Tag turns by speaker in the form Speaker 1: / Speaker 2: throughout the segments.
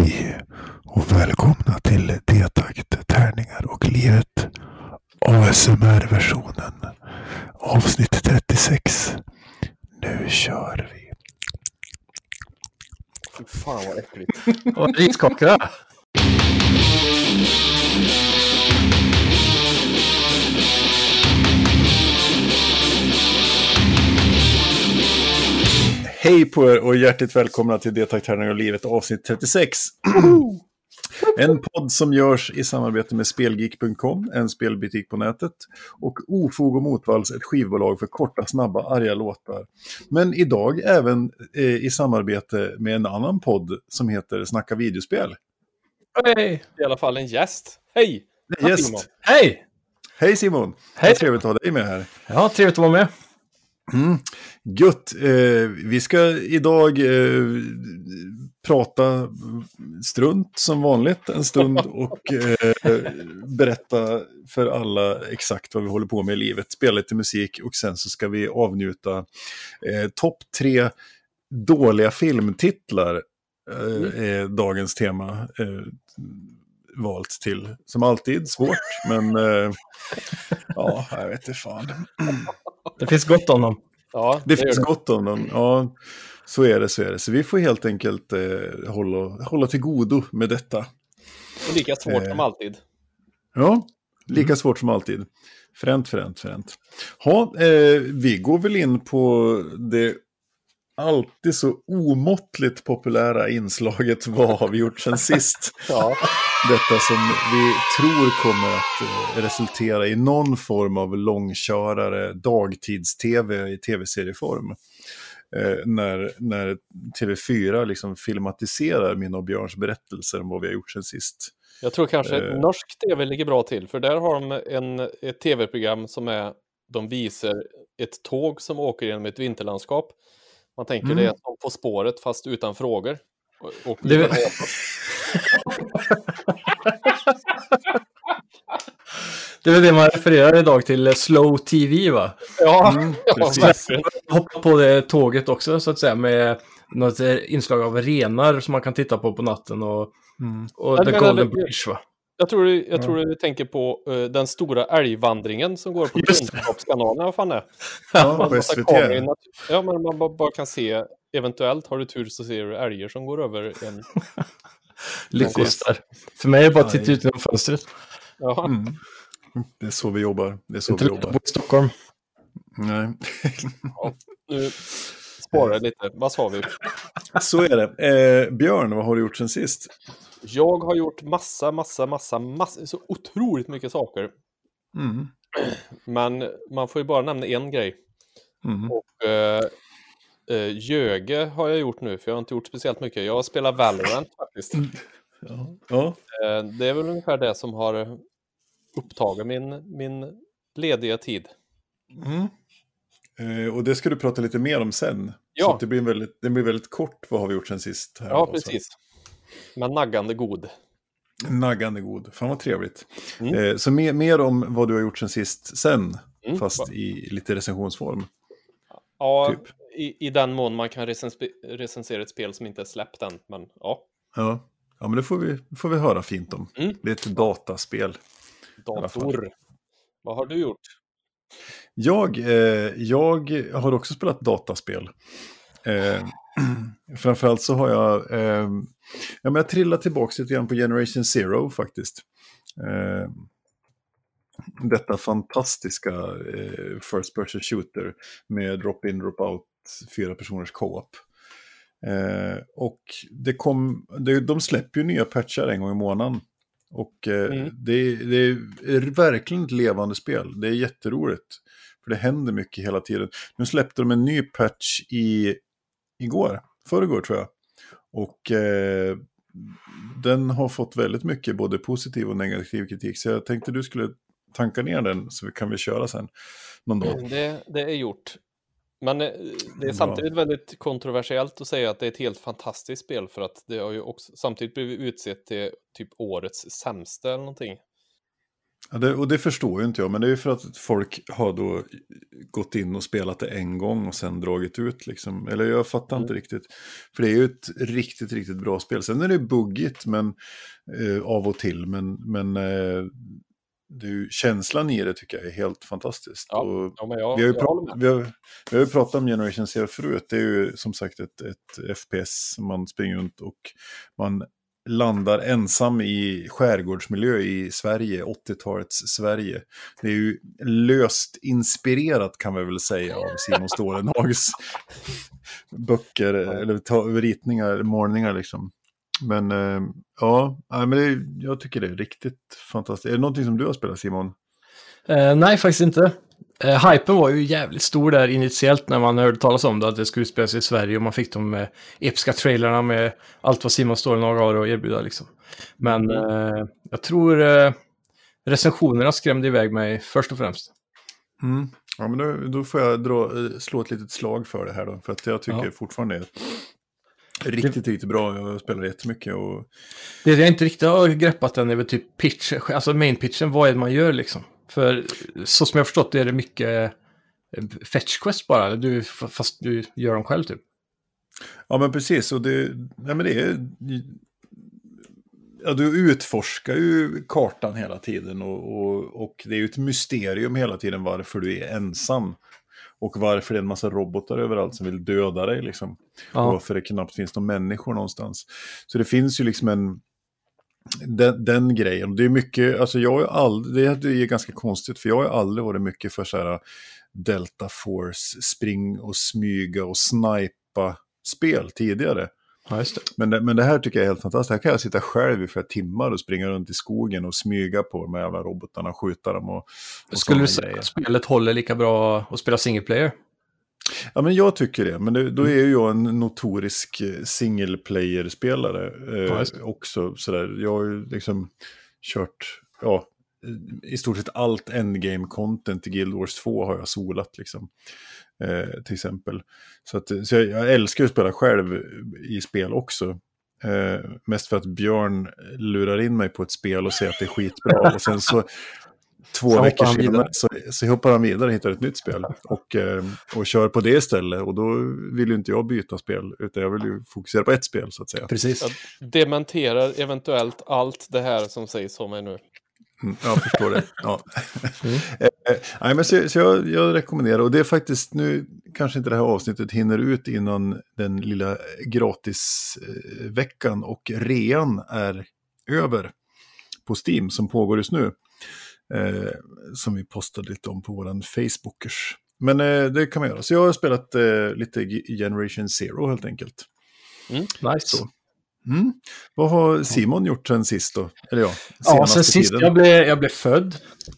Speaker 1: Hej och välkomna till D-takt, tärningar och livet. ASMR-versionen. Avsnitt 36. Nu kör vi.
Speaker 2: Fy fan vad äckligt.
Speaker 3: Och riskakor.
Speaker 1: Hej på er och hjärtligt välkomna till D-takt, tärningar och livet avsnitt 36. En podd som görs i samarbete med Spelgeek.com, en spelbutik på nätet, och Ofog och Motvalls, ett skivbolag för korta, snabba, arga låtar. Men idag även i samarbete med en annan podd som heter Snacka videospel.
Speaker 3: Hej!
Speaker 2: I alla fall en gäst. Hej!
Speaker 1: Gäst.
Speaker 2: Simon.
Speaker 3: Hej!
Speaker 1: Hej Simon!
Speaker 3: Hej.
Speaker 1: Vad trevligt att ha dig med här.
Speaker 3: Ja, trevligt att vara med.
Speaker 1: Gött, vi ska idag prata strunt som vanligt en stund och berätta för alla exakt vad vi håller på med i livet, spela lite musik och sen så ska vi avnjuta topp 3 dåliga filmtitlar dagens tema valt till. Som alltid, svårt, men ja, jag vet inte fan.
Speaker 3: Det finns gott om dem.
Speaker 2: Ja,
Speaker 1: Det finns gott om dem, ja, så är det. Så vi får helt enkelt hålla till godo med detta.
Speaker 2: Och lika svårt som alltid.
Speaker 1: Ja, lika svårt som alltid. Fränt. Ja, vi går väl in på det alltid så omåttligt populära inslaget Vad har vi gjort sen sist?
Speaker 2: Ja.
Speaker 1: Detta som vi tror kommer att resultera i någon form av långkörare dagtids-tv i tv-serieform. När TV4 liksom filmatiserar min och Björns berättelser om vad vi har gjort sen sist.
Speaker 2: Jag tror kanske norsk tv ligger bra till. För där har de ett tv-program som de visar ett tåg som åker genom ett vinterlandskap. Man tänker det är som På spåret fast utan frågor. Och
Speaker 3: Det är väl det man refererar idag till slow tv, va?
Speaker 2: Ja,
Speaker 1: precis.
Speaker 3: Hoppa på det tåget också, så att säga, med något inslag av renar som man kan titta på natten och The Golden Bridge, va?
Speaker 2: Jag tror du tänker på den stora älgvandringen som går på Kunskapskanalen. Vad fan är?
Speaker 1: Ja, på SVT.
Speaker 2: Ja, men man bara kan se, eventuellt har du tur så ser du älgar som går över en...
Speaker 3: Lyckostar. För mig är det bara att titta ut genom fönstret.
Speaker 2: Ja.
Speaker 1: Det är så vi jobbar.
Speaker 3: Jag bor i Stockholm.
Speaker 1: Nej.
Speaker 2: Ja, nu sparar jag lite. Vad sa vi?
Speaker 1: Så är det. Björn, vad har du gjort sen sist?
Speaker 2: Jag har gjort massa, så otroligt mycket saker. Men man får ju bara nämna en grej. Och Jöge har jag gjort nu, för jag har inte gjort speciellt mycket. Jag har spelat Valorant faktiskt.
Speaker 1: Ja.
Speaker 2: Det är väl ungefär det som har upptagit min lediga tid.
Speaker 1: Och det ska du prata lite mer om sen.
Speaker 2: Ja.
Speaker 1: Så att det blir väldigt kort. Vad har vi gjort sen sist? Här
Speaker 2: Ja,
Speaker 1: då,
Speaker 2: precis. Men naggande god.
Speaker 1: Naggande god. Fan vad trevligt. Så mer om vad du har gjort sen sist sen. Fast i lite recensionsform.
Speaker 2: Ja,
Speaker 1: typ.
Speaker 2: i den mån man kan recensera ett spel som inte är släppt än. Men ja.
Speaker 1: Ja, men det får vi höra fint om. Det är ett dataspel.
Speaker 2: Dator. Vad har du gjort?
Speaker 1: Jag har också spelat dataspel. Framförallt så har jag trillat tillbaka lite grann på Generation Zero faktiskt. Detta fantastiska first person shooter med drop-in, drop-out, 4 personers co-op. Och de släpper ju nya patchar en gång i månaden. Och det är verkligen ett levande spel. Det är jätteroligt. För det händer mycket hela tiden. Nu släppte de en ny patch förrgår tror jag. Och den har fått väldigt mycket både positiv och negativ kritik. Så jag tänkte du skulle tanka ner den så kan vi köra sen någon dag.
Speaker 2: Det är gjort. Men det är samtidigt väldigt kontroversiellt att säga att det är ett helt fantastiskt spel, för att det har ju också samtidigt blivit utsett till typ årets sämsta eller någonting.
Speaker 1: Ja, och det förstår ju inte jag, men det är ju för att folk har då gått in och spelat det en gång och sen dragit ut liksom. Eller jag fattar inte riktigt. För det är ju ett riktigt, riktigt bra spel. Sen är det buggigt av och till, men det är ju, känslan i det tycker jag är helt fantastiskt.
Speaker 2: Ja,
Speaker 1: och
Speaker 2: men
Speaker 1: vi har ju pratat om Generation Zero förut. Det är ju som sagt ett FPS. Man springer runt och man landar ensam i skärgårdsmiljö i Sverige, 80-talets Sverige. Det är ju löst inspirerat kan vi väl säga av Simon Stålenhags böcker eller ritningar, målningar liksom. Men jag tycker det är riktigt fantastiskt. Är det någonting som du har spelat, Simon?
Speaker 3: Nej, faktiskt inte. Hypen var ju jävligt stor där initiellt när man hörde talas om det, att det skulle spelas i Sverige och man fick de episka trailerna med allt vad Simon Stålenhag har att erbjuda liksom. Men jag tror recensionerna skrämde iväg mig först och främst.
Speaker 1: Ja, men då får jag slå ett litet slag för det här då, för att jag tycker fortfarande riktigt bra. Jag spelar jättemycket och...
Speaker 3: Det jag inte riktigt har greppat än är väl typ pitch, alltså main pitchen, vad är det man gör liksom? För så som jag har förstått det är det mycket fetch quest bara, fast du gör dem själv typ.
Speaker 1: Ja, men precis, och det är... Ja, du utforskar ju kartan hela tiden och det är ju ett mysterium hela tiden varför du är ensam. Och varför det är en massa robotar överallt som vill döda dig liksom. Och varför det knappt finns några människor någonstans. Så det finns ju liksom den grejen. Det är mycket, alltså det är ganska konstigt för jag har aldrig varit mycket för så här Delta Force, spring och smyga och snipa spel tidigare.
Speaker 3: Ja, just det.
Speaker 1: Men det här tycker jag är helt fantastiskt. Här kan jag sitta själv i flera timmar och springa runt i skogen och smyga på de här jävla robotarna och skjuta dem. Och
Speaker 3: skulle du säga att spelet håller lika bra att spela single player?
Speaker 1: Ja, men jag tycker det. Men då är ju jag en notorisk single player-spelare också. Sådär. Jag har ju liksom kört i stort sett allt endgame-content i Guild Wars 2 har jag solat liksom. Till exempel. Så jag älskar att spela själv i spel också. Mest för att Björn lurar in mig på ett spel och säger att det är skitbra. Och sen så 2 veckor senare så hoppar han vidare och hittar ett nytt spel. Och kör på det istället. Och då vill ju inte jag byta spel. Utan jag vill ju fokusera på ett spel så att säga.
Speaker 3: Precis.
Speaker 2: Jag dementerar eventuellt allt det här som sägs om mig nu.
Speaker 1: Jag förstår det. Ja. Nej, men så jag rekommenderar, och det är faktiskt nu kanske inte det här avsnittet hinner ut innan den lilla gratisveckan och rean är över på Steam som pågår just nu. Som vi postade lite om på våran Facebookers. Men det kan man göra. Så jag har spelat lite Generation Zero helt enkelt.
Speaker 3: Nice.
Speaker 1: Så. Vad har Simon gjort sen sist då? Eller
Speaker 3: sen sist jag blev född.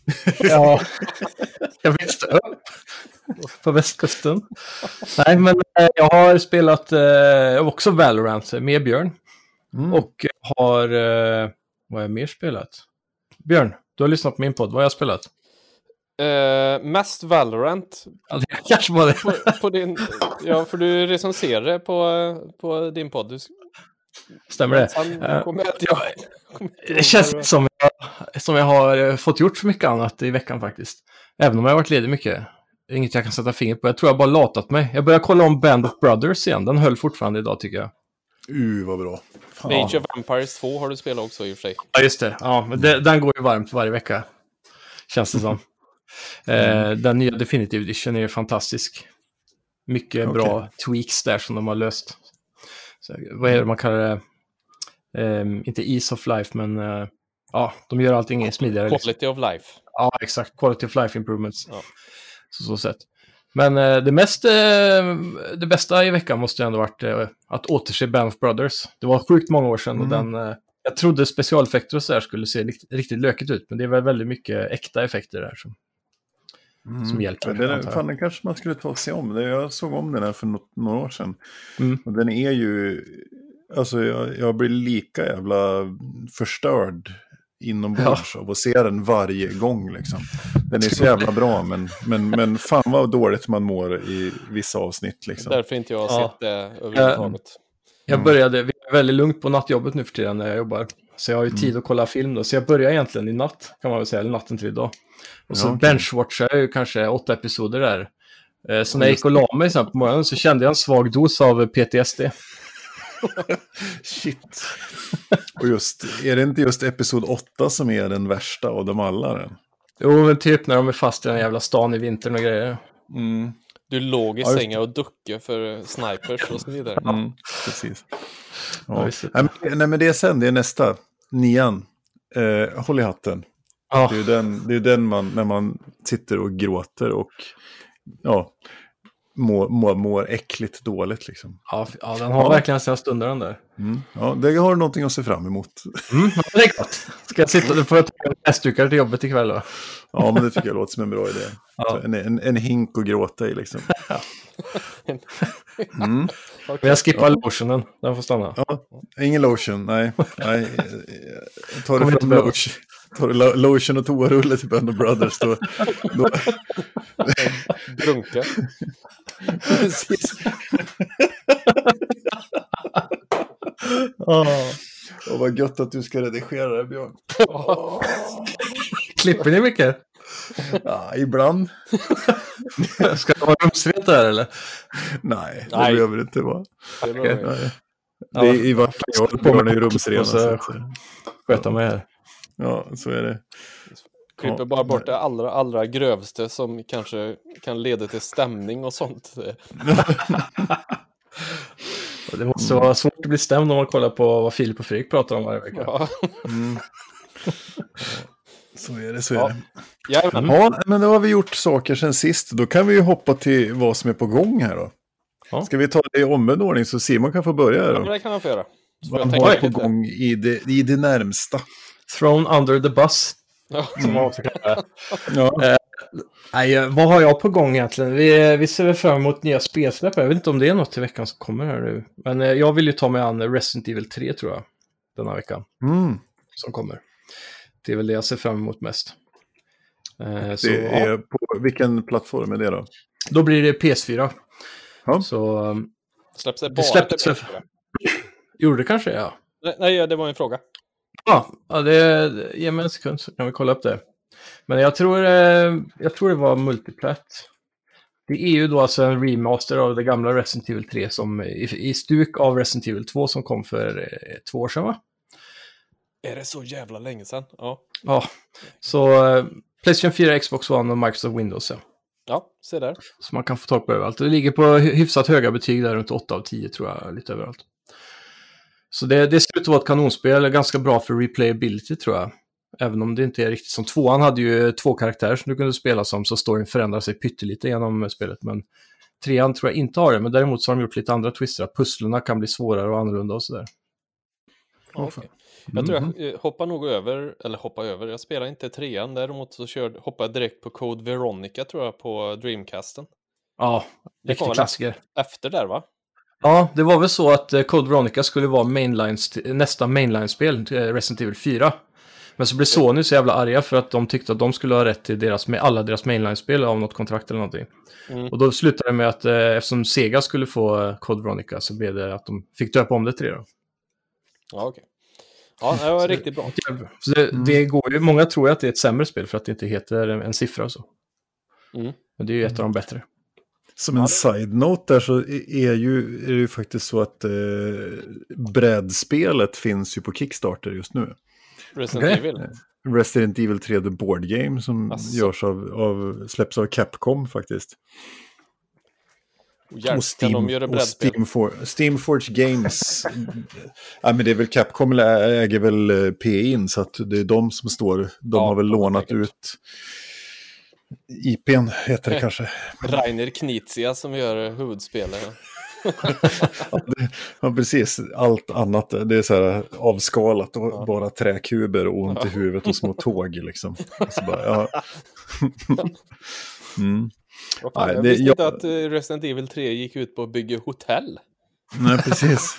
Speaker 3: Jag växte upp på västkusten. Nej, men jag har spelat också Valorant med Björn. Och har vad har jag mer spelat? Björn, du har lyssnat på min podd. Vad har jag spelat?
Speaker 2: Mest Valorant.
Speaker 3: Ja, det kanske var det.
Speaker 2: På din, för du recenserade på din podd.
Speaker 3: Stämmer det? Det känns som jag har fått gjort så mycket annat i veckan faktiskt. Även om jag har varit ledig mycket. Det är inget jag kan sätta fingret på. Jag tror jag bara latat mig. Jag börjar kolla om Band of Brothers igen. Den höll fortfarande idag tycker jag.
Speaker 1: Vad bra.
Speaker 2: Age of Empires 2 har du spelat också i och för sig.
Speaker 3: Ja, just det. Ja, men den går ju varmt varje vecka. Känns det som. Den nya Definitive Edition är ju fantastisk. Mycket bra tweaks där som de har löst. Så, vad är det man kallar det? Inte ease of life, men de gör allting smidigare.
Speaker 2: Quality of life.
Speaker 3: Ja, exakt. Quality of life improvements. Ja. Så sätt. Men det bästa i veckan måste ändå varit att återse Band of Brothers. Det var sjukt många år sedan och jag trodde specialeffekter och så här skulle se riktigt lökigt ut, men det var väldigt mycket äkta effekter där som hjälper.
Speaker 1: Den kanske man skulle ta och se om. Jag såg om den här för några år sedan. Och den är ju... Alltså jag blir lika jävla förstörd inombords av att se den varje gång liksom. Den är så jävla bra, men fan vad dåligt man mår i vissa avsnitt liksom.
Speaker 2: Därför inte jag har sett det överhuvudtaget.
Speaker 3: Jag började, vi är väldigt lugnt på nattjobbet nu för tiden när jag jobbar. Så jag har ju tid att kolla film då. Så jag börjar egentligen i natt, kan man väl säga, eller natten till idag. Och så benchwatchar jag ju kanske 8 episoder där. Så när jag gick och la mig sen på morgonen så kände jag en svag dos av PTSD.
Speaker 1: Shit. Och är det inte just episod 8 som är den värsta av dem alla?
Speaker 3: Jo, men typ när de är fast i den jävla stan i vintern och grejer.
Speaker 2: Du låg i sängen och duckade för snipers och så vidare.
Speaker 1: Precis. Ja. Nej, men det är sen, det är nästa. 9. Håll i hatten.
Speaker 3: Ja.
Speaker 1: Det är den man, när man sitter och gråter och mår äckligt dåligt liksom.
Speaker 3: Ja, den har verkligen sina stunder den där.
Speaker 1: Ja, det har du någonting att se fram emot.
Speaker 3: Det är klart. Ska jag sitta och få ett hästdukar till jobbet ikväll då?
Speaker 1: Ja, men det tycker jag låter som en bra idé. Ja. En hink att gråta i liksom.
Speaker 3: Men jag skippar lotionen, den får stanna.
Speaker 1: Ja, ingen lotion, nej. Tar du fram lotion? Tar du lotion och toarulle till Band of Brothers då...
Speaker 2: Brunka.
Speaker 1: Precis. Och vad gött att du ska redigera det, Björn.
Speaker 3: Klipper ni mycket?
Speaker 1: Ja, ibland.
Speaker 3: Ska det vara rumsrent där eller?
Speaker 1: Nej, det behöver det inte vara. Det är i vart fall Björn är ju rumsren.
Speaker 3: Sköta mig här.
Speaker 1: Ja, så är det.
Speaker 2: Klipper bara bort det allra grövste som kanske kan leda till stämning och sånt.
Speaker 3: Det måste vara svårt att bli stämd om man kollar på vad Filip och Fredrik pratar om varje vecka.
Speaker 2: Ja.
Speaker 1: Så är det.
Speaker 2: Ja,
Speaker 1: men då har vi gjort saker sen sist. Då kan vi ju hoppa till vad som är på gång här då. Ja. Ska vi ta det i omvänd ordning så Simon kan få börja här då?
Speaker 2: Ja, det kan han få göra.
Speaker 1: Vad har på gång i det närmsta?
Speaker 3: Thrown under the bus. Som man också kan säga. Nej, vad har jag på gång egentligen? Vi ser väl fram emot nya spelsläpp. Jag vet inte om det är något i veckan som kommer här nu. Men jag vill ju ta mig an Resident Evil 3 tror jag. Denna veckan. Som kommer. Det är väl det jag ser fram emot mest.
Speaker 1: På vilken plattform är det då?
Speaker 3: Då blir det PS4.
Speaker 1: Ja.
Speaker 3: Så
Speaker 2: släpps det
Speaker 3: det
Speaker 2: bara
Speaker 3: släpptes. Tror det kanske, ja.
Speaker 2: Nej, det var en fråga.
Speaker 3: Ja, det ger mig en sekund så kan vi kolla upp det. Men jag tror det var multiplat. Det är ju då alltså en remaster av det gamla Resident Evil 3 som i stuk av Resident Evil 2 som kom för 2 år sedan, va?
Speaker 2: Är det så jävla länge sedan?
Speaker 3: Ja. Så PlayStation 4, Xbox One och Microsoft Windows, ja.
Speaker 2: Ja, se där.
Speaker 3: Så man kan få tag på överallt. Det ligger på hyfsat höga betyg där, runt 8 av 10 tror jag, lite överallt. Så det ser ut att vara ett kanonspel, ganska bra för replayability tror jag. Även om det inte är riktigt som 2:an hade ju 2 karaktärer som du kunde spela som, så storyn förändrar sig pyttelite genom spelet. Men 3:an tror jag inte har det, men däremot så har de gjort lite andra twister. Att pusslerna kan bli svårare och annorlunda och sådär.
Speaker 2: Okay. Jag tror jag hoppar över. Jag spelar inte 3:an, däremot så hoppar jag direkt på Code Veronica tror jag på Dreamcasten.
Speaker 3: Ja, riktigt klassiker.
Speaker 2: Efter där, va?
Speaker 3: Ja, det var väl så att Code Veronica skulle vara nästa mainline-spel, Resident Evil 4. Men så blev Sony så jävla arga för att de tyckte att de skulle ha rätt till alla deras mainline-spel av något kontrakt eller någonting. Och då slutade det med att eftersom Sega skulle få Code Veronica så blev det att de fick döpa om det till det då.
Speaker 2: Ja, okej. Ja, det var riktigt bra.
Speaker 3: Så det går ju, många tror att det är ett sämre spel för att det inte heter en siffra och så. Men det är ju ett av de bättre.
Speaker 1: Som en side-note där så är det ju faktiskt så att brädspelet finns ju på Kickstarter just nu. Resident Evil 3 The Board Game som görs släpps av Capcom faktiskt.
Speaker 2: Och
Speaker 1: Steamforge Games. Ja, men det är väl Capcom äger väl PI:n så att det är de som står. De har väl lånat ut IP:n heter det kanske.
Speaker 2: Rainer Knizia som gör huvudspelare.
Speaker 1: Ja, precis. Allt annat. Det är så här avskalat och bara träkuber och ont i huvudet och små tåg liksom. Så bara,
Speaker 2: Jag visste inte att Resident Evil 3 gick ut på att bygga hotell.
Speaker 1: Nej, precis.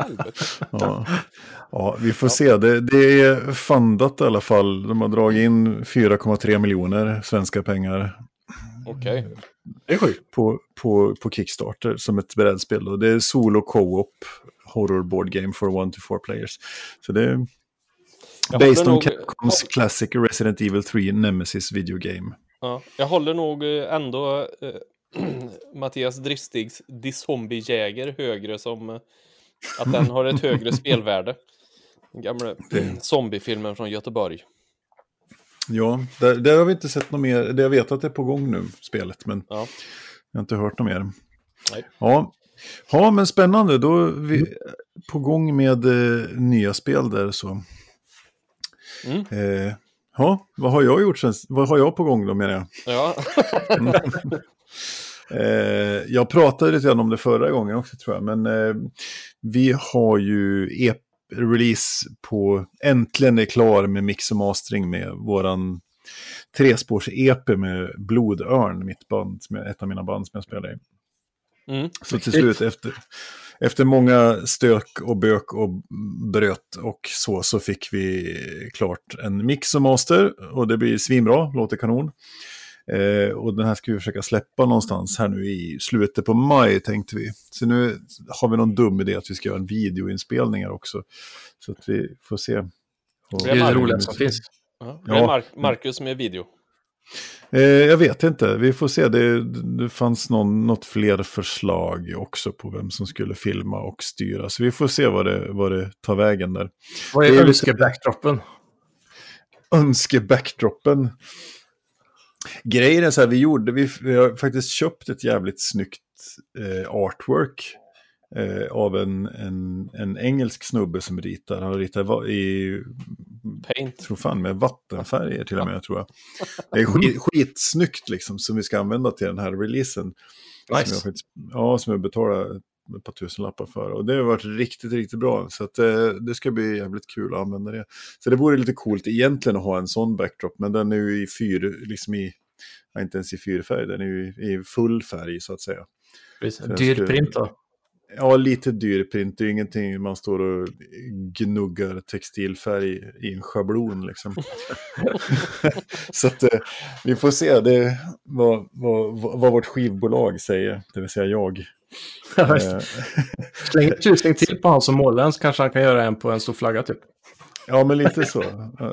Speaker 1: Ja, vi får se. Det är fundat i alla fall. De har dragit in 4,3 miljoner svenska pengar.
Speaker 2: Okej.
Speaker 3: Det är sjukt.
Speaker 1: På Kickstarter som ett brädspel. Och det är solo co-op horror board game for 1 to 4 players. Så det Based on Capcoms classic Resident Evil 3 Nemesis video game.
Speaker 2: Ja, jag håller nog ändå Mattias Dristigs Die Zombie-jäger högre som att den har ett högre spelvärde. Den gamla zombiefilmen från Göteborg.
Speaker 1: Ja, där har vi inte sett något mer. Jag vet att det är på gång nu, spelet, men jag har inte hört något mer.
Speaker 2: Nej.
Speaker 1: Ja, men spännande. Då är vi på gång med nya spel där så. Vad har jag gjort sen? Vad har jag på gång då, menar jag?
Speaker 2: Ja.
Speaker 1: Jag pratade lite grann om det förra gången också, tror jag. Men vi har ju release på, äntligen är klar med mix och mastering med våran 3-spårs-EP med Blodörn, mitt band, ett av mina band som jag spelar i. Så till slut efter många stök och bök och bröt och så fick vi klart en mix och master och det blir svinbra, låter kanon. Och den här ska vi försöka släppa någonstans här nu i slutet på maj, tänkte vi. Så nu har vi någon dum idé att vi ska göra en videoinspelning här också. Så att vi får se.
Speaker 3: Det är det roliga som finns.
Speaker 2: Det är Marcus med video.
Speaker 1: Jag vet inte, vi får se. Det fanns något fler förslag också på vem som skulle filma och styra. Så vi får se vad det tar vägen där.
Speaker 3: Vad är önskebackdroppen?
Speaker 1: Önskebackdroppen? Grejen är så här, vi har faktiskt köpt ett jävligt snyggt artwork av en engelsk snubbe som ritar. Han ritar i
Speaker 2: paint.
Speaker 1: Tror fan med vattenfärger till och med, tror jag. Det är skitsnyggt liksom, som vi ska använda till den här releasen.
Speaker 3: Nice.
Speaker 1: Som jag betalar ett par tusenlappar för. Och det har varit riktigt, riktigt bra. Så att, det ska bli jävligt kul att använda det. Så det vore lite coolt egentligen att ha en sån backdrop. Men den är ju inte ens i fyrfärg. Den är ju i full färg, så att säga.
Speaker 3: Dyr print då?
Speaker 1: Ja, lite dyr print. Det är ingenting man står och gnuggar textilfärg i en schablon liksom. Så att vi får se vad vårt skivbolag säger, det vill säga jag.
Speaker 3: Släng ett tusing till på han som målar, så kanske han kan göra en på en stor flagga typ.
Speaker 1: Ja, men lite så.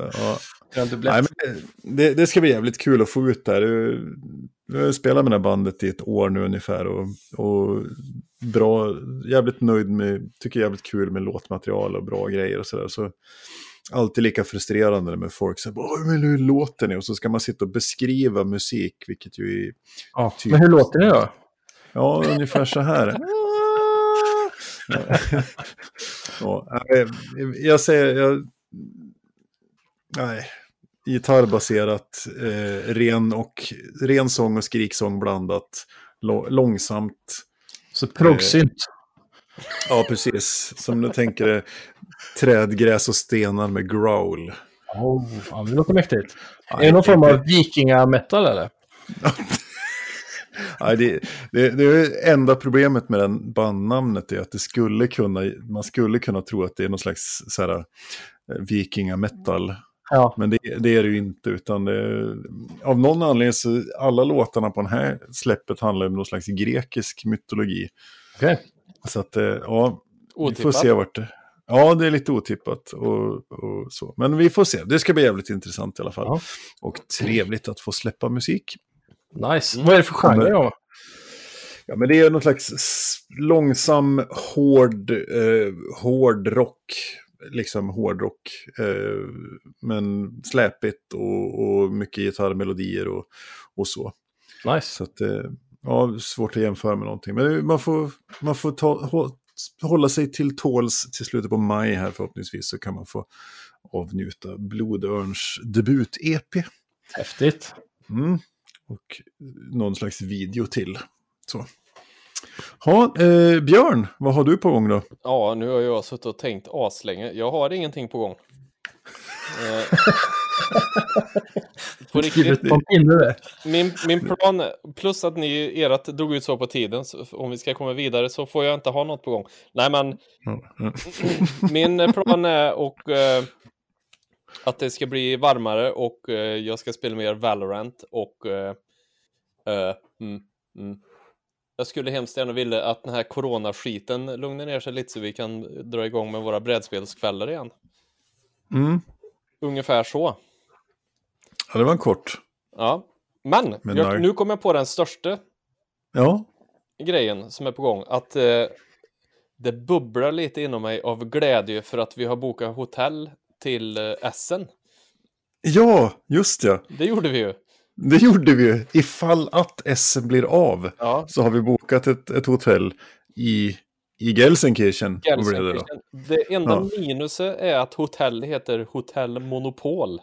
Speaker 1: Nej, men det ska bli jävligt kul att få ut där. Jag har spelat med det här bandet i ett år nu ungefär och bra, jävligt nöjd med, tycker jävligt kul med låtmaterial och bra grejer och sådär. Så alltid lika frustrerande med folk som men hur låter ni? Och så ska man sitta och beskriva musik, vilket ju är
Speaker 3: typ... Men hur låter ni då?
Speaker 1: Ja, ungefär så här. Jag säger gitarrbaserat, ren sång och skriksång blandat, långsamt.
Speaker 3: Så proggsynt.
Speaker 1: Ja, precis. Som du tänker träd, gräs och stenar med growl.
Speaker 3: Ja, det låter mäktigt. Är det någon form av vikingametal eller?
Speaker 1: Nej, det enda problemet med den bandnamnet är att man skulle kunna tro att det är någon slags så här, vikingametal. Ja. Men det är det ju inte, utan av någon anledning så alla låtarna på den här släppet handlar om någon slags grekisk mytologi.
Speaker 3: Okay.
Speaker 1: Så att vi får se vart det... Ja, det är lite otippat och så. Men vi får se. Det ska bli jävligt intressant i alla fall. Ja. Och trevligt att få släppa musik.
Speaker 3: Nice. Vad är det för genre då?
Speaker 1: Ja, men det är någon slags långsam, hård rock. Liksom hårdrock. Men släpigt och mycket gitarrmelodier och så.
Speaker 3: Nice.
Speaker 1: Så att, svårt att jämföra med någonting. Men man får hålla sig till tåls till slutet på maj här förhoppningsvis, så kan man få avnjuta Blodörns debut-EP.
Speaker 3: Häftigt.
Speaker 1: Och någon slags video till. Så. Björn, vad har du på gång då?
Speaker 2: Ja, nu har jag suttit och tänkt aslänge. Jag har ingenting på gång. På riktigt. Min plan, plus att ert drog ut så på tiden, så om vi ska komma vidare så får jag inte ha något på gång. Nej, men min plan är att det ska bli varmare och jag ska spela mer Valorant och jag skulle hemskt gärna vilja att den här coronaskiten lugnar ner sig lite så vi kan dra igång med våra brädspelskvällar igen. ungefär så.
Speaker 1: Ja, det var en kort.
Speaker 2: Ja, men nu kommer jag på den största grejen som är på gång. Att det bubblar lite inom mig av glädje för att vi har bokat hotell till Essen.
Speaker 1: Ja, just det.
Speaker 2: Det gjorde vi ju.
Speaker 1: Det gjorde vi ju. Ifall att Essen blir av så har vi bokat ett hotell i Gelsenkirchen.
Speaker 2: Det enda minuset är att hotellet heter Hotell Monopol.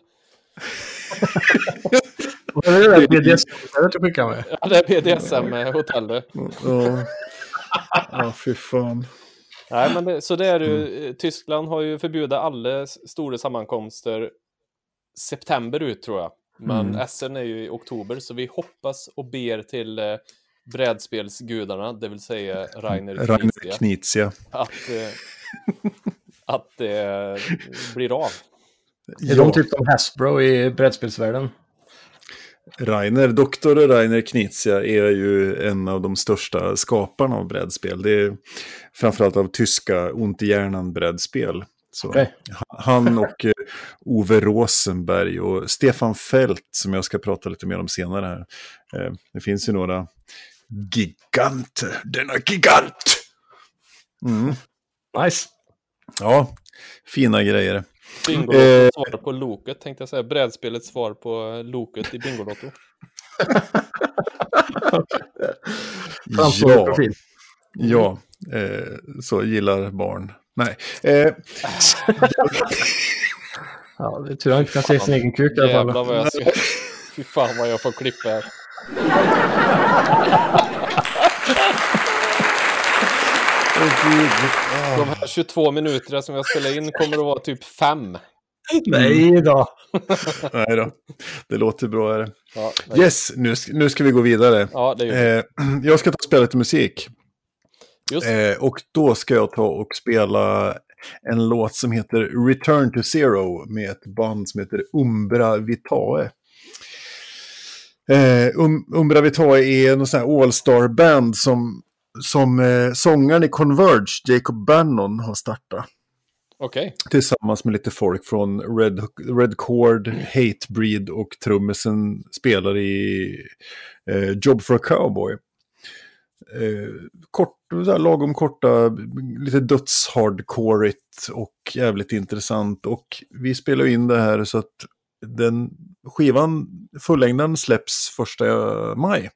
Speaker 3: Vad är det där BDSM-hotellet du skickar med?
Speaker 2: Ja, det är BDSM-hotellet.
Speaker 1: Ja, fy fan.
Speaker 2: Nej, men så det är ju, Tyskland har ju förbjudit alla stora sammankomster september ut, tror jag. Men Essen är ju i oktober, så vi hoppas och ber till brädspelsgudarna, det vill säga Rainer
Speaker 1: Knizia,
Speaker 2: att det blir av.
Speaker 3: Är de typ som Hasbro i brädspelsvärlden?
Speaker 1: Dr. Rainer Knizia är ju en av de största skaparna av brädspel. Det är framförallt av tyska ont i hjärnan brädspel. Så han och Ove Rosenberg och Stefan Fält, som jag ska prata lite mer om senare här. Det finns ju några giganter. Denna gigant!
Speaker 3: Nice.
Speaker 1: Ja, fina grejer.
Speaker 2: Bingolotto svar på Loket, tänkte jag säga. Brädspelets svar på Loket i Bingolotto.
Speaker 1: Ja, så gillar barn. Nej.
Speaker 3: Ja, det tror jag inte kan se sin egen kuk i alla fall.
Speaker 2: Jävlar vad jag ser. Fy fan vad jag får klippa här. De här 22 minuterna som jag spelar in kommer att vara typ 5.
Speaker 3: Nej då.
Speaker 1: Nej då. Det låter bra. Är det? Ja, yes, nu ska vi gå vidare.
Speaker 2: Ja, det är
Speaker 1: jag ska ta och spela lite musik. Och då ska jag ta och spela en låt som heter Return to Zero med ett band som heter Umbra Vitae. Umbra Vitae är en sån här all-star-band som sångaren i Converge, Jacob Bannon, har startat.
Speaker 2: Okay.
Speaker 1: Tillsammans med lite folk från Red Chord, Hatebreed och trummisen spelar i Job for a Cowboy. Lagom korta, lite döds-hardcoreigt och jävligt intressant. Och vi spelar in det här så att den skivan, fullängden, släpps 1 maj.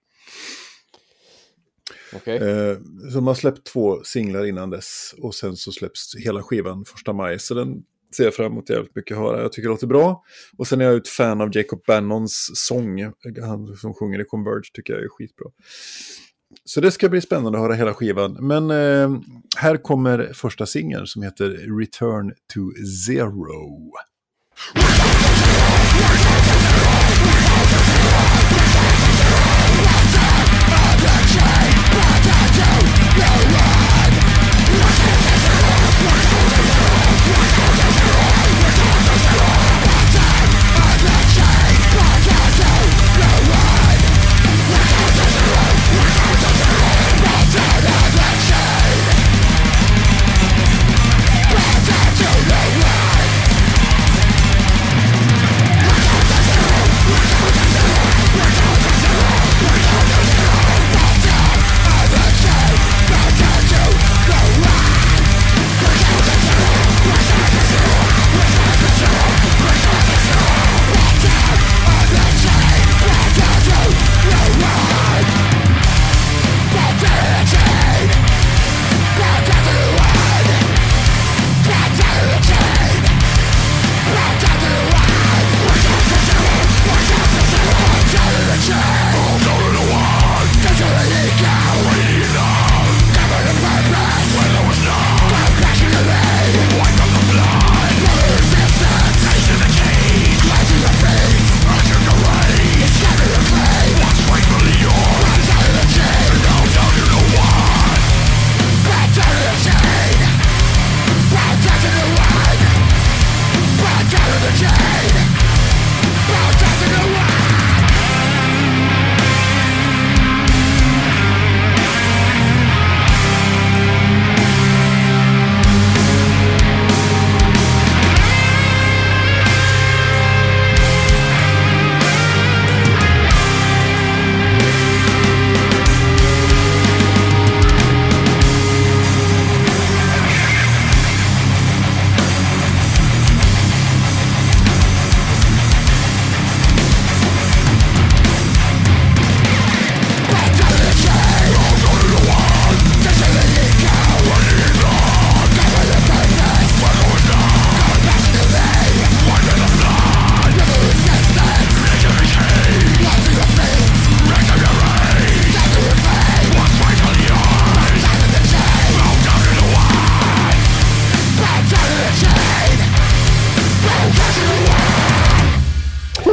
Speaker 2: Okay.
Speaker 1: Så man har släppt 2 singlar innan dess och sen så släpps hela skivan 1 maj. Så den ser jag fram emot jävligt mycket att höra. Jag tycker det låter bra. Och sen är jag ett fan av Jacob Bannons sång. Han som sjunger i Converge tycker jag är skitbra. Så det ska bli spännande att höra hela skivan. Men här kommer första singeln som heter Return to Zero.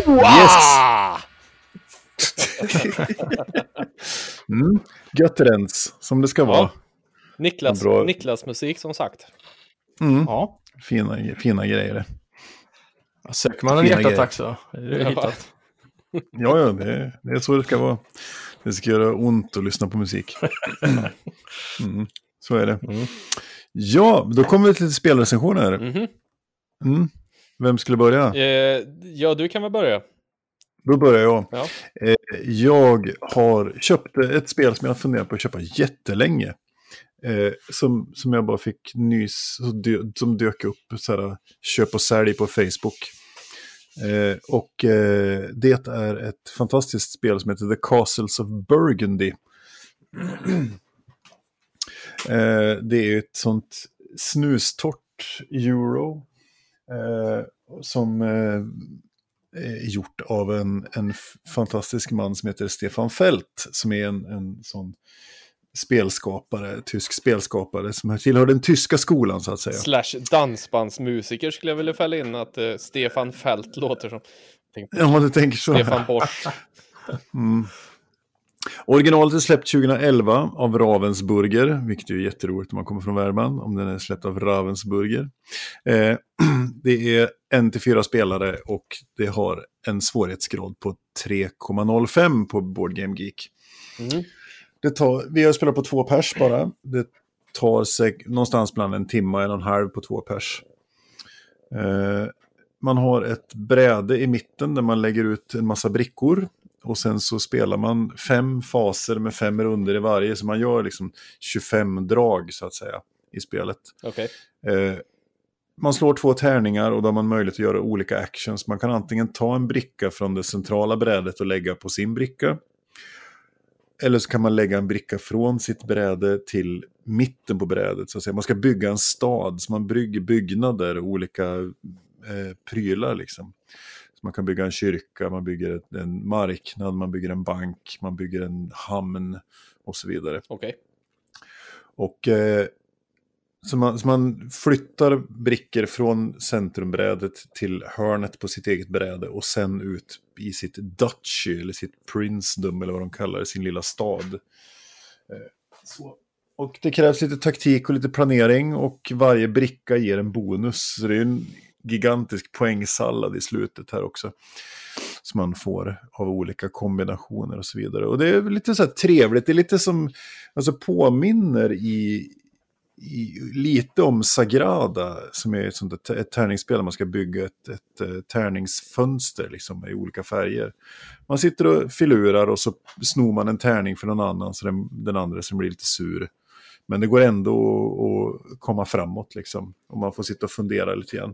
Speaker 1: Yes! Gött rens, som det ska vara.
Speaker 2: Niklas musik som sagt.
Speaker 3: Ja.
Speaker 1: Fina grejer.
Speaker 3: Söker man en hjärtattack så är det hittat.
Speaker 1: Ja, det är så det ska vara. Det ska göra ont att lyssna på musik. Så är det. Ja, då kommer vi till spelrecensioner. Vem skulle börja?
Speaker 2: Ja, du kan väl börja.
Speaker 1: Då börjar jag.
Speaker 2: Ja.
Speaker 1: Jag har köpt ett spel som jag funderat på att köpa jättelänge. Som jag bara fick nys, som dök upp så här, köp och sälj på Facebook. Det är ett fantastiskt spel som heter The Castles of Burgundy. Det är ju ett sånt snustort euro som är gjort av en fantastisk man som heter Stefan Feld, som är en sån tysk spelskapare som tillhör den tyska skolan så att säga.
Speaker 2: / dansbandsmusiker skulle jag vilja fälla in att Stefan Feld låter som.
Speaker 1: Ja, du tänker så.
Speaker 2: Stefan Bosch.
Speaker 1: Originalet är släppt 2011 av Ravensburger, vilket är jätteroligt om man kommer från Värmland, om den är släppt av Ravensburger. Det är 1-4 spelare och det har en svårighetsgrad på 3,05 på Board Game Geek. Vi har spelat på 2 pers bara. Det tar sig någonstans bland 1 timme, 1,5 på 2 pers. Man har ett bräde i mitten där man lägger ut en massa brickor. Och sen så spelar man 5 faser med 5 runder i varje. Så man gör liksom 25 drag så att säga i spelet.
Speaker 2: Okay.
Speaker 1: Man slår 2 tärningar och då har man möjlighet att göra olika actions. Man kan antingen ta en bricka från det centrala brädet och lägga på sin bricka. Eller så kan man lägga en bricka från sitt bräde till mitten på brädet. Så att säga. Man ska bygga en stad, så man bygger byggnader och olika prylar liksom. Så man kan bygga en kyrka, man bygger en marknad, man bygger en bank, man bygger en hamn och så vidare.
Speaker 2: Okay.
Speaker 1: Och så man flyttar brickor från centrumbrädet till hörnet på sitt eget bräde och sen ut i sitt duchy eller sitt princedom eller vad de kallar det, sin lilla stad. Så. Och det krävs lite taktik och lite planering och varje bricka ger en bonus. Så det är en gigantisk poängsallad i slutet här också. Som man får av olika kombinationer och så vidare. Och det är lite så här trevligt. Det är lite som, alltså påminner lite om Sagrada, som är ett tärningsspel där man ska bygga ett tärningsfönster liksom, i olika färger. Man sitter och filurar och så snor man en tärning för någon annan så den andra som blir lite sur. Men det går ändå att komma framåt liksom, och man får sitta och fundera lite grann.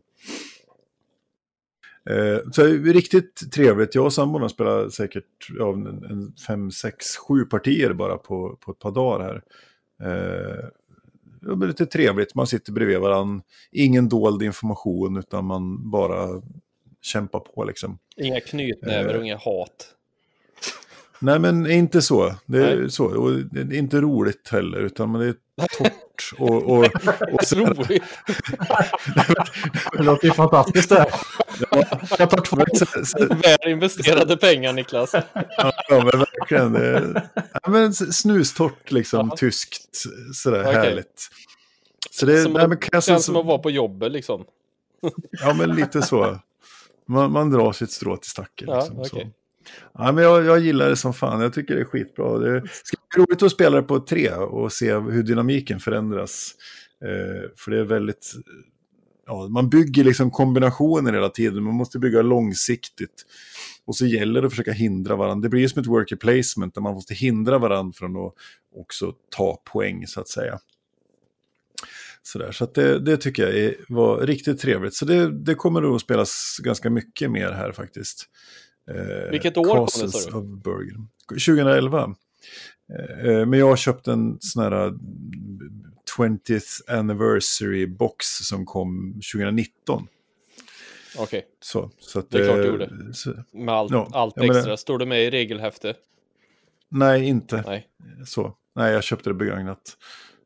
Speaker 1: Så det är riktigt trevligt. Jag och samborna spelar säkert 5, 6, 7 partier bara på ett par dagar här. Det är lite trevligt. Man sitter bredvid varandra. Ingen dold information utan man bara kämpar på liksom.
Speaker 2: Inga knytnäver och inga hat.
Speaker 1: Nej, men inte så. Det är så. Och det är inte roligt heller, utan det är torrt. och
Speaker 2: roligt.
Speaker 3: Det låter ju fantastiskt det här.
Speaker 1: Jag tar 2.
Speaker 2: Väl investerade pengar, Niklas.
Speaker 1: Ja, men verkligen. Men snustort, liksom, tyskt, sådär härligt. Så det
Speaker 2: känns som att vara på jobbet, liksom.
Speaker 1: Ja, men lite så. Man drar sitt strå till stacken.
Speaker 2: Ja,
Speaker 1: liksom,
Speaker 2: okay.
Speaker 1: så. Ja, men jag gillar det som fan. Jag tycker det är skitbra. Det ska bli roligt att spela det på 3 och se hur dynamiken förändras. För det är väldigt... Ja, man bygger liksom kombinationer hela tiden. Man måste bygga långsiktigt. Och så gäller det att försöka hindra varandra. Det blir som ett worker placement där man måste hindra varandra från att också ta poäng, så att säga. Så att det tycker jag var riktigt trevligt. Så det kommer nog att spelas ganska mycket mer här faktiskt.
Speaker 2: Vilket år kom det, sa du?
Speaker 1: 2011. Men jag har köpt en sån här 20th anniversary box som kom 2019.
Speaker 2: Okej.
Speaker 1: Så att,
Speaker 2: det är klart du gjorde. Med allt extra. Står det med i regelhäfte?
Speaker 1: Nej, inte.
Speaker 2: Nej.
Speaker 1: Nej, jag köpte det begagnat.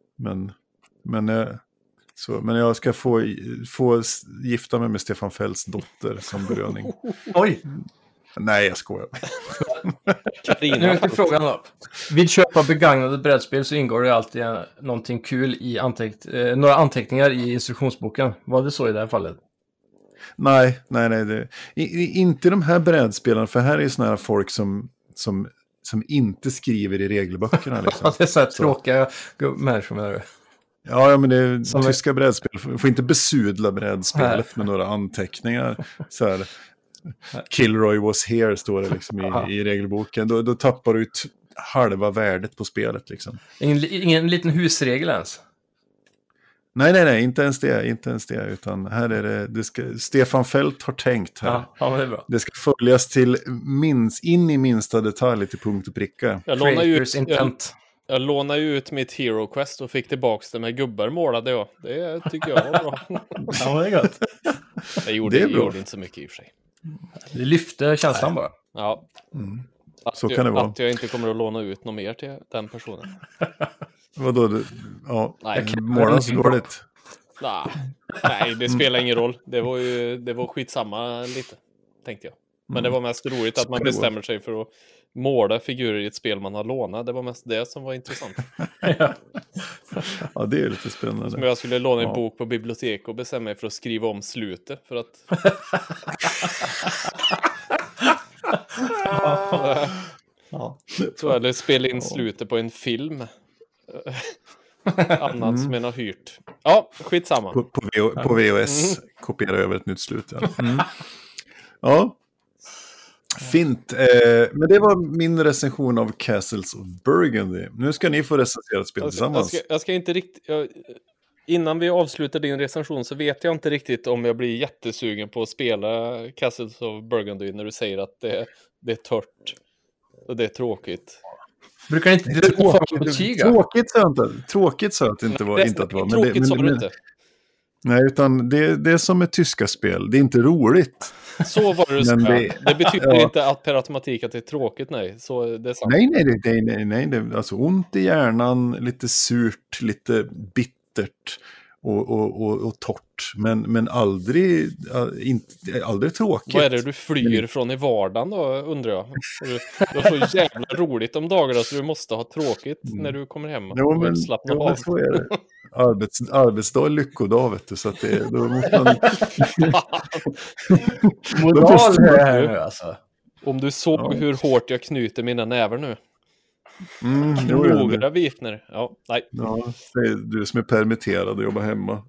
Speaker 1: Men jag ska få gifta mig med Stefan Felds dotter som belöning.
Speaker 3: Oj!
Speaker 1: Nej, jag skojar.
Speaker 2: Carina,
Speaker 3: Nu är till frågan då. Vid köp av begagnade brädspel så ingår det alltid någonting kul i några anteckningar i instruktionsboken. Var det så i det här fallet?
Speaker 1: Nej. Inte de här brädspelarna, för här är ju såna här folk som inte skriver i regelböckerna. Liksom.
Speaker 3: Det är så här tråkiga människor menar du?
Speaker 1: Ja, men det är tyska brädspel. Får inte besudla brädspelet med några anteckningar. Så här, Kilroy was here står det liksom i regelboken. Då tappar du ut halva värdet på spelet liksom.
Speaker 3: Ingen liten husregel ens?
Speaker 1: Nej, inte ens det. Utan här är det Stefan Fält har tänkt här.
Speaker 3: Ja, men det är bra.
Speaker 1: Det ska följas till in i minsta detalj till punkt och pricka.
Speaker 2: Jag lånade ju ut mitt Hero Quest och fick tillbaks det med gubbar målade jag. Det tycker jag var bra.
Speaker 3: Ja, det är gott.
Speaker 2: Jag gjorde inte så mycket i och för sig.
Speaker 3: Det lyfte känslan bara.
Speaker 2: Ja.
Speaker 1: Så kan det vara.
Speaker 2: Att jag inte kommer att låna ut något mer till den personen.
Speaker 1: Vadå?
Speaker 2: Nej.
Speaker 1: Måla så dåligt.
Speaker 2: Nej, det spelar ingen roll. Det var skitsamma lite, tänkte jag. Men det var mest roligt att man bestämmer sig för att måla figurer i ett spel man har lånat. Det var mest det som var intressant.
Speaker 1: Ja, det är lite spännande.
Speaker 2: Som jag skulle låna en bok på bibliotek och bestämma mig för att skriva om slutet. För att... Så eller spela in slutet på en film. Annat som en har hyrt. Ja, skitsamma.
Speaker 1: På VHS kopiera över ett nytt slut. Ja. Fint. Men det var min recension av Castles of Burgundy. Nu ska ni få recensera ett spel tillsammans.
Speaker 2: Jag ska inte riktigt... Innan vi avslutar din recension så vet jag inte riktigt om jag blir jättesugen på att spela Castles of Burgundy när du säger att det är tört och det är tråkigt.
Speaker 3: Brukar inte det betyga?
Speaker 1: Tråkigt så att det inte var. Inte att det var.
Speaker 2: Tråkigt sa du inte.
Speaker 1: Nej, utan det är som ett tyska spel. Det är inte roligt.
Speaker 2: Så var det så. Det betyder inte att per automatik att det är tråkigt, nej. Så det är sant.
Speaker 1: Nej. Det är alltså ont i hjärnan, lite surt, lite bittert och torrt. Men aldrig tråkigt.
Speaker 2: Vad är det du flyr från i vardagen då, undrar jag? Du har så jävla roligt om dagarna så du måste ha tråkigt när du kommer hem.
Speaker 1: Men så är det. Arbetsdag är lyckodag, vet du, så att då måste man...
Speaker 3: Moral här nu, alltså.
Speaker 2: Om du såg hur hårt jag knyter mina näver nu. Några vitner. Ja, nej.
Speaker 1: Ja, det är du som är permitterad och jobbar hemma.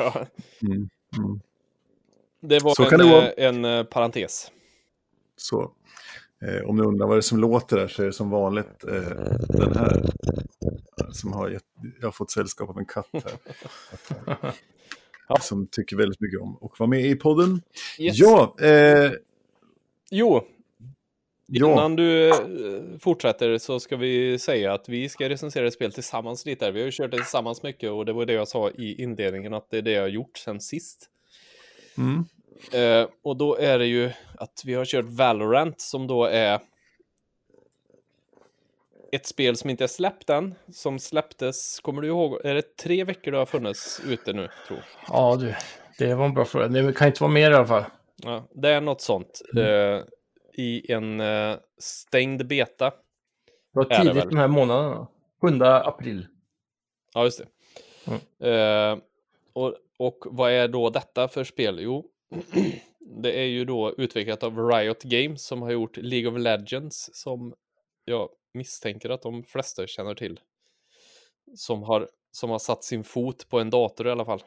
Speaker 2: Det var en parentes.
Speaker 1: Så. Om ni undrar vad det är som låter där så är det som vanligt den här som jag har fått sällskap av en katt här. Som tycker väldigt mycket om och var med i podden.
Speaker 2: Yes.
Speaker 1: Ja.
Speaker 2: Innan du fortsätter så ska vi säga att vi ska recensera ett spel tillsammans lite. Vi har ju kört det tillsammans mycket och det var det jag sa i inledningen att det är det jag har gjort sen sist. Och då är det ju att vi har kört Valorant som då är ett spel som inte är släppt än. Som släpptes, kommer du ihåg, är det 3 veckor det har funnits ute nu, tror jag?
Speaker 3: Ja du, det var en bra fråga. Det kan inte vara mer i alla fall.
Speaker 2: Ja, det är något sånt. I en stängd beta.
Speaker 3: Det var tidigt den här månaden. 7 april.
Speaker 2: Ja, just det. Och vad är då detta för spel? Jo, det är ju då utvecklat av Riot Games som har gjort League of Legends som jag misstänker att de flesta känner till. Som har satt sin fot på en dator i alla fall.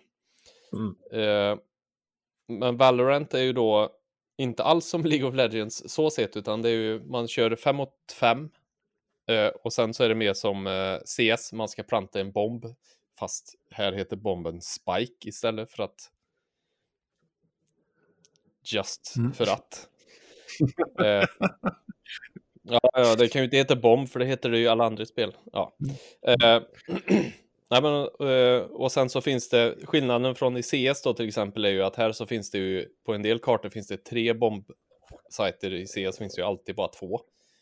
Speaker 2: Men Valorant är ju då inte alls som League of Legends så sett, utan det är ju, man kör 5 mot 5 och sen så är det mer som CS, man ska planta en bomb, fast här heter bomben Spike istället för att för att ja, det kan ju inte heta bomb för det heter det ju i alla andra spel. Ja. Nej, men, och sen så finns det skillnaden från i CS då till exempel är ju att här så finns det ju på en del kartor finns det 3 bombsajter, i CS finns det ju alltid bara 2.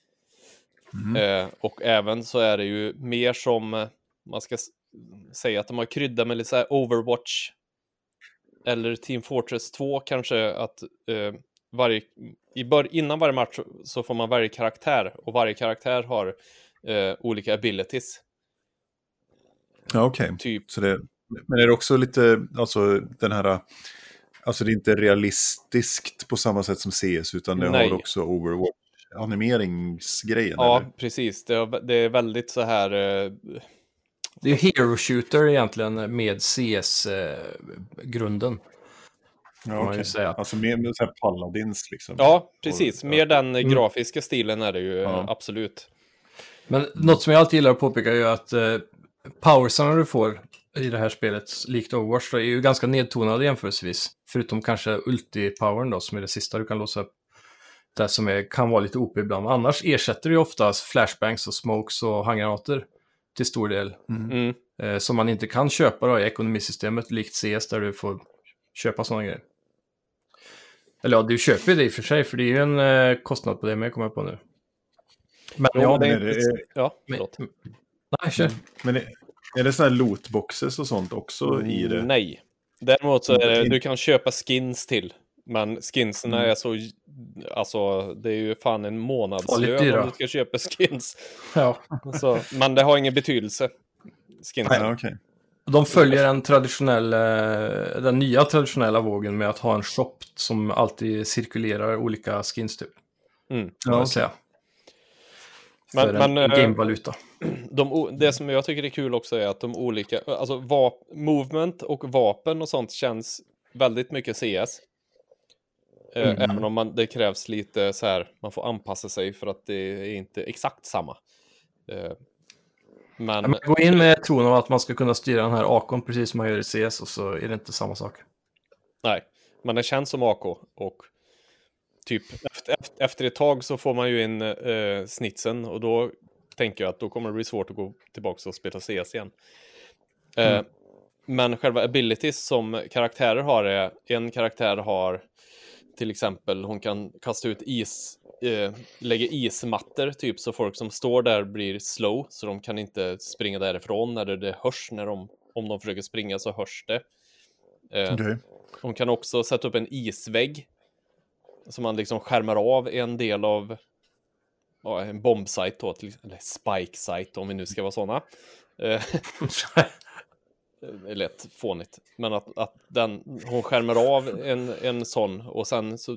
Speaker 2: Och även så är det ju mer som man ska säga att de har kryddat med lite så här Overwatch eller Team Fortress 2 kanske, att innan varje match så får man varje karaktär, och varje karaktär har olika abilities.
Speaker 1: Ja, okej.
Speaker 2: Typ.
Speaker 1: Så men är det också lite, alltså den här, alltså det är inte realistiskt på samma sätt som CS, utan det
Speaker 2: Nej.
Speaker 1: har också Overwatch-animeringsgrejen.
Speaker 2: Ja,
Speaker 1: eller?
Speaker 2: precis. Det är väldigt så här...
Speaker 3: Det är hero shooter egentligen med CS-grunden.
Speaker 1: Ja,
Speaker 3: man ju säga.
Speaker 1: Alltså med så här Paladins liksom.
Speaker 2: Ja, precis. Mer den grafiska stilen är det ju, absolut.
Speaker 3: Men något som jag alltid gillar att påpeka är ju att powersarna du får i det här spelet, likt Overwatch, då, är ju ganska nedtonade jämförelsevis. Förutom kanske ulti-powern då, som är det sista du kan låsa upp. Det som kan vara lite OP ibland. Annars ersätter det ju oftast flashbangs och smokes och handgranater till stor del. Som man inte kan köpa då i ekonomisystemet, likt CS, där du får köpa sådana grejer. Eller ja, du köper ju det i och för sig, för det är ju en kostnad på det, men jag kommer på nu. Men
Speaker 2: förlåt.
Speaker 3: Nej, kör.
Speaker 1: Men är det sådana här lootboxes och sånt också i det?
Speaker 2: Nej. Däremot så är det, du kan köpa skins till. Men skinserna är så... Alltså, det är ju fan en månadslön om du ska köpa skins.
Speaker 3: Ja.
Speaker 2: Så, men det har ingen betydelse. Skinsen.
Speaker 1: Ja, okay.
Speaker 3: De följer den nya traditionella vågen med att ha en shop som alltid cirkulerar olika skins typ.
Speaker 1: Ja,
Speaker 3: säga.
Speaker 2: Men
Speaker 3: gamevaluta.
Speaker 2: Det som jag tycker är kul också är att de olika, alltså movement och vapen och sånt känns väldigt mycket CS. Även om det krävs lite så här, man får anpassa sig för att det är inte exakt samma. Men
Speaker 3: man går in med tron av att man ska kunna styra den här AK:n precis som man gör i CS, och så är det inte samma sak.
Speaker 2: Nej, men det känns som AK, och typ efter ett tag så får man ju in snitsen, och då tänker jag att då kommer det bli svårt att gå tillbaka och spela CS igen. Men själva abilities som karaktärer har är, en karaktär har till exempel, hon kan kasta ut lägga ismattor typ, så folk som står där blir slow, så de kan inte springa därifrån, eller det hörs om de försöker springa så hörs det.
Speaker 1: Okay.
Speaker 2: Hon kan också sätta upp en isvägg så man liksom skärmar av en del av en bombsite då, eller spike site om vi nu ska vara såna. Det är lätt fånigt, men att hon skärmar av en sån, och sen så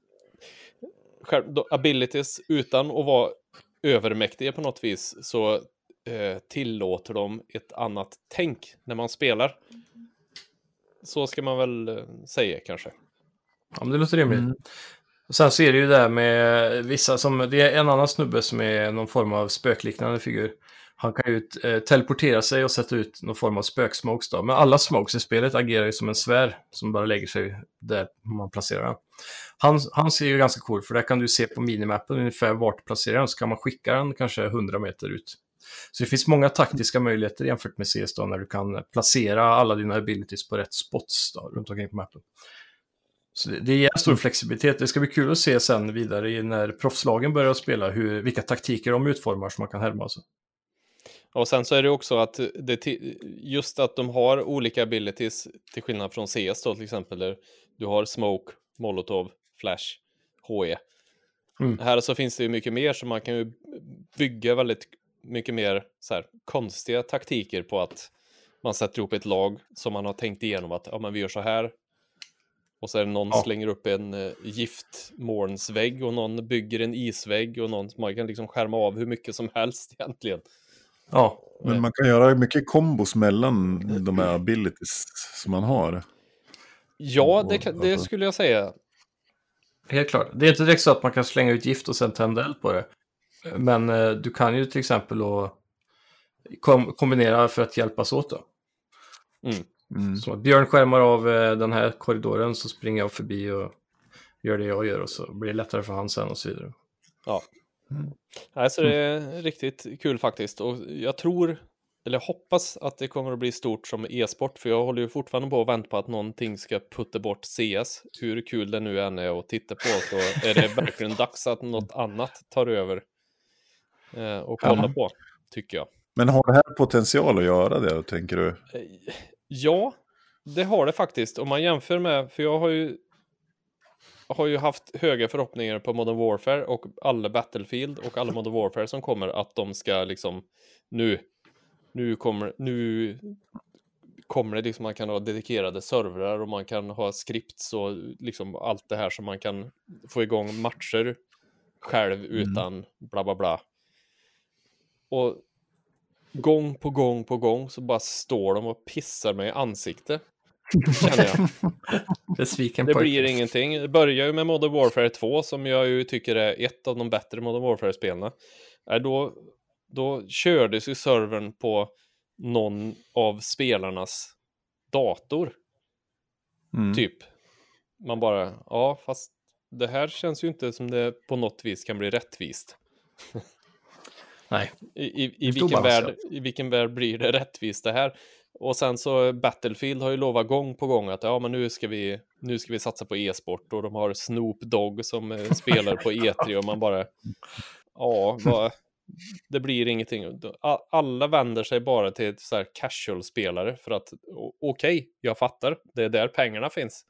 Speaker 2: abilities utan att vara övermäktiga på något vis, så tillåter de ett annat tänk när man spelar. Så ska man väl säga kanske.
Speaker 3: Ja, men det låter rimligt. Och sen så är det ju där med vissa som, det är en annan snubbe som är någon form av spökliknande figur. Han kan ju teleportera sig och sätta ut någon form av spöksmokes då. Men alla smokes i spelet agerar ju som en sfär som bara lägger sig där man placerar den. Han ser ju ganska cool, för där kan du se på minimappen ungefär vart placerar den, så kan man skicka den kanske 100 meter ut. Så det finns många taktiska möjligheter jämfört med CS då, när du kan placera alla dina abilities på rätt spots då, runt omkring på mappen. Så det ger stor flexibilitet. Det ska bli kul att se sen vidare när proffslagen börjar spela vilka taktiker de utformar som man kan härma. Alltså.
Speaker 2: Och sen så är det också att just att de har olika abilities till skillnad från CS då, till exempel, där du har smoke, molotov, flash, HE. Här så finns det ju mycket mer, så man kan ju bygga väldigt mycket mer så här konstiga taktiker på att man sätter ihop ett lag som man har tänkt igenom att men vi gör så här. Och så är det någon slänger upp en giftmolnsvägg, och någon bygger en isvägg, och man kan liksom skärma av hur mycket som helst egentligen.
Speaker 3: Ja,
Speaker 1: men man kan göra mycket kombos mellan de här abilities som man har.
Speaker 2: Ja, det skulle jag säga.
Speaker 3: Helt klart. Det är inte direkt så att man kan slänga ut gift och sen tända eld på det. Men du kan ju till exempel kombinera för att hjälpas åt då. Så att Björn skärmar av den här korridoren, så springer jag förbi och gör det jag gör, och så blir det lättare för han sen och så vidare.
Speaker 2: Ja. Så det är riktigt kul faktiskt, och jag tror, eller hoppas att det kommer att bli stort som e-sport, för jag håller ju fortfarande på att vänta på att någonting ska putta bort CS. Hur kul det nu än är att titta på, så är det verkligen dags att något annat tar över och kolla på, tycker jag.
Speaker 1: Men har det här potential att göra det, tänker du?
Speaker 2: Ja, det har det faktiskt. Om man jämför med, för jag har ju har ju haft höga förhoppningar på Modern Warfare och alla Battlefield och alla Modern Warfare som kommer, att de ska liksom nu kommer det liksom, man kan ha dedikerade servrar och man kan ha scripts och liksom allt det här som man kan få igång matcher själv utan bla bla bla. Och gång på gång så bara står de och pissar mig i ansiktet, känner jag.
Speaker 3: Besviken
Speaker 2: Det
Speaker 3: pojke.
Speaker 2: blir ingenting. Det börjar ju med Modern Warfare 2 som jag ju tycker är ett av de bättre Modern Warfare-spelarna. Då kördes ju servern på någon av spelarnas dator. Typ. Man bara, ja fast det här känns ju inte som det på något vis kan bli rättvist.
Speaker 3: Nej.
Speaker 2: I vilken värld blir det rättvist det här? Och sen så Battlefield har ju lovat gång på gång att ja, men nu ska vi satsa på e-sport, och de har Snoop Dogg som spelar på E3 och man bara det blir ingenting. Alla vänder sig bara till så här casual-spelare för att okej, jag fattar, det är där pengarna finns.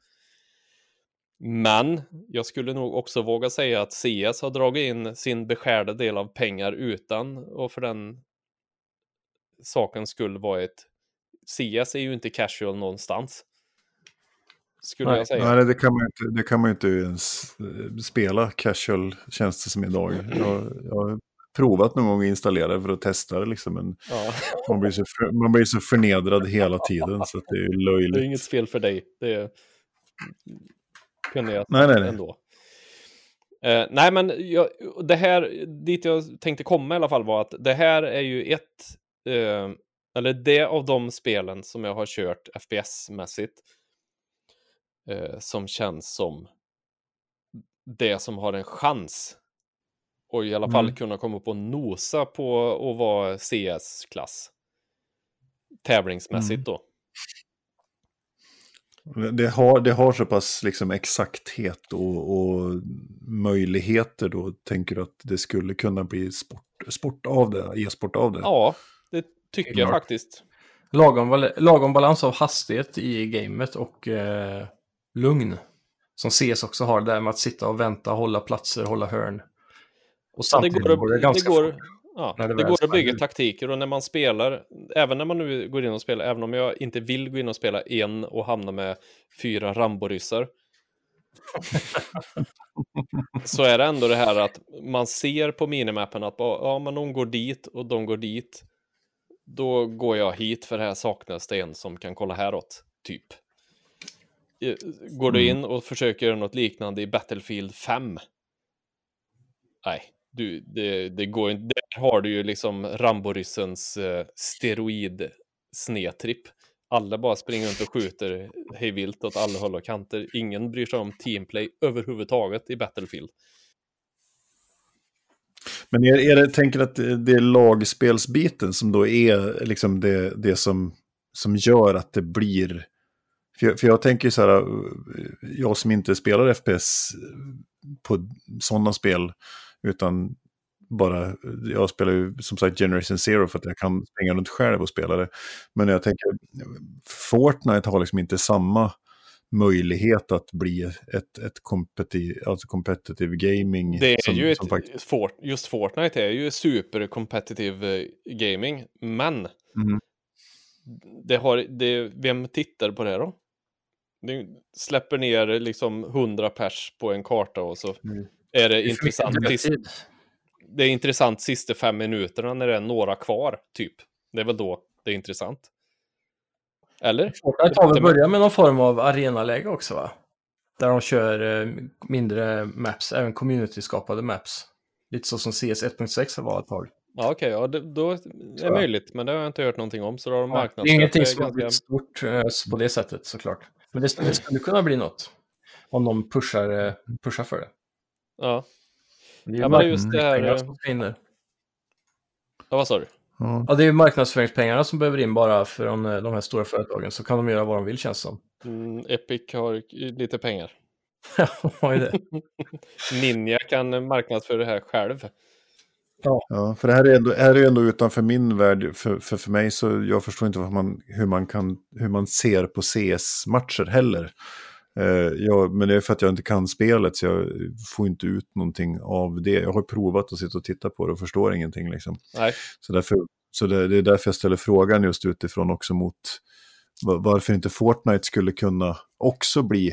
Speaker 2: Men jag skulle nog också våga säga att CS har dragit in sin beskärda del av pengar utan, och för den saken skulle vara CS är ju inte casual någonstans. Skulle jag säga.
Speaker 1: Nej, det kan man ju inte ens spela casual, känns det som idag. Jag har provat någon gång att installera för att testa det liksom, men man blir så förnedrad hela tiden så att det är löjligt.
Speaker 2: Det är inget fel för dig. Det kunde jag ändå. Nej, men det här, dit jag tänkte komma i alla fall, var att det här är ju eller det av de spelen som jag har kört FPS-mässigt som känns som det som har en chans och i alla fall kunna komma upp och nosa på att vara CS-klass tävlingsmässigt då.
Speaker 1: Det har så pass liksom exakthet och möjligheter då, tänker du att det skulle kunna bli sport av det, e-sport av det?
Speaker 2: Ja, det tycker jag faktiskt.
Speaker 3: Lagom balans av hastighet i gamet och lugn. Som CS också har, där med att sitta och vänta, hålla platser, hålla hörn. Och samtidigt det
Speaker 2: går att bygga taktiker, och när man spelar, även när man nu går in och spelar, även om jag inte vill gå in och spela en och hamna med 4 ramboryssar, så är det ändå det här att man ser på minimappen att men de går dit och de går dit, då går jag hit för här saknas det en som kan kolla häråt, typ. Går du in och försöker göra något liknande i Battlefield 5? Nej, det går inte. Där har du ju liksom Ramboryssens steroid-snedtripp. Alla bara springer runt och skjuter hej vilt åt alla håll och kanter. Ingen bryr sig om teamplay överhuvudtaget i Battlefield.
Speaker 1: Men tänker att det är lagspelsbiten som då är liksom det som gör att det blir... För jag tänker så här, jag som inte spelar FPS på sådana spel, utan bara, jag spelar ju som sagt Generation Zero för att jag kan springa runt själv och spela det. Men jag tänker, Fortnite har liksom inte samma möjlighet att bli ett competitive gaming.
Speaker 2: Det är ju just Fortnite är ju super competitive gaming, men vem tittar på det då? Det släpper ner liksom 100 pers på en karta och så är det intressant. Det är intressant sista 5 minuterna när det är några kvar, typ. Det är väl då det är intressant. Eller?
Speaker 3: Fortnite har väl börjat med någon form av arenaläge också, va? Där de kör mindre maps, även community-skapade maps. Lite så som CS 1.6 var ett tag.
Speaker 2: Ja, okej. Ja, då är det möjligt, men det har jag inte hört någonting om. Så då har de marknadsfört.
Speaker 3: Det är ingenting som är ganska stort på det sättet, såklart. Men det skulle kunna bli något om de pushar för det.
Speaker 2: Ja.
Speaker 3: Det är
Speaker 2: men det är just det här... Ja, vad sa du?
Speaker 3: Ja, det är ju marknadsföringspengarna som behöver in bara från de här stora företagen, så kan de göra vad de vill, känns som.
Speaker 2: Epic har lite pengar.
Speaker 3: Ja, vad är det?
Speaker 2: Ninja kan marknadsföra det här själv.
Speaker 1: Ja, för det här är ju ändå utanför min värld för mig, så jag förstår inte hur man ser på CS-matcher heller. Men det är för att jag inte kan spelet, så jag får inte ut någonting av det. Jag har provat att sitta och titta på det och förstår ingenting liksom.
Speaker 2: Nej.
Speaker 1: Så det är därför jag ställer frågan just utifrån också mot varför inte Fortnite skulle kunna också bli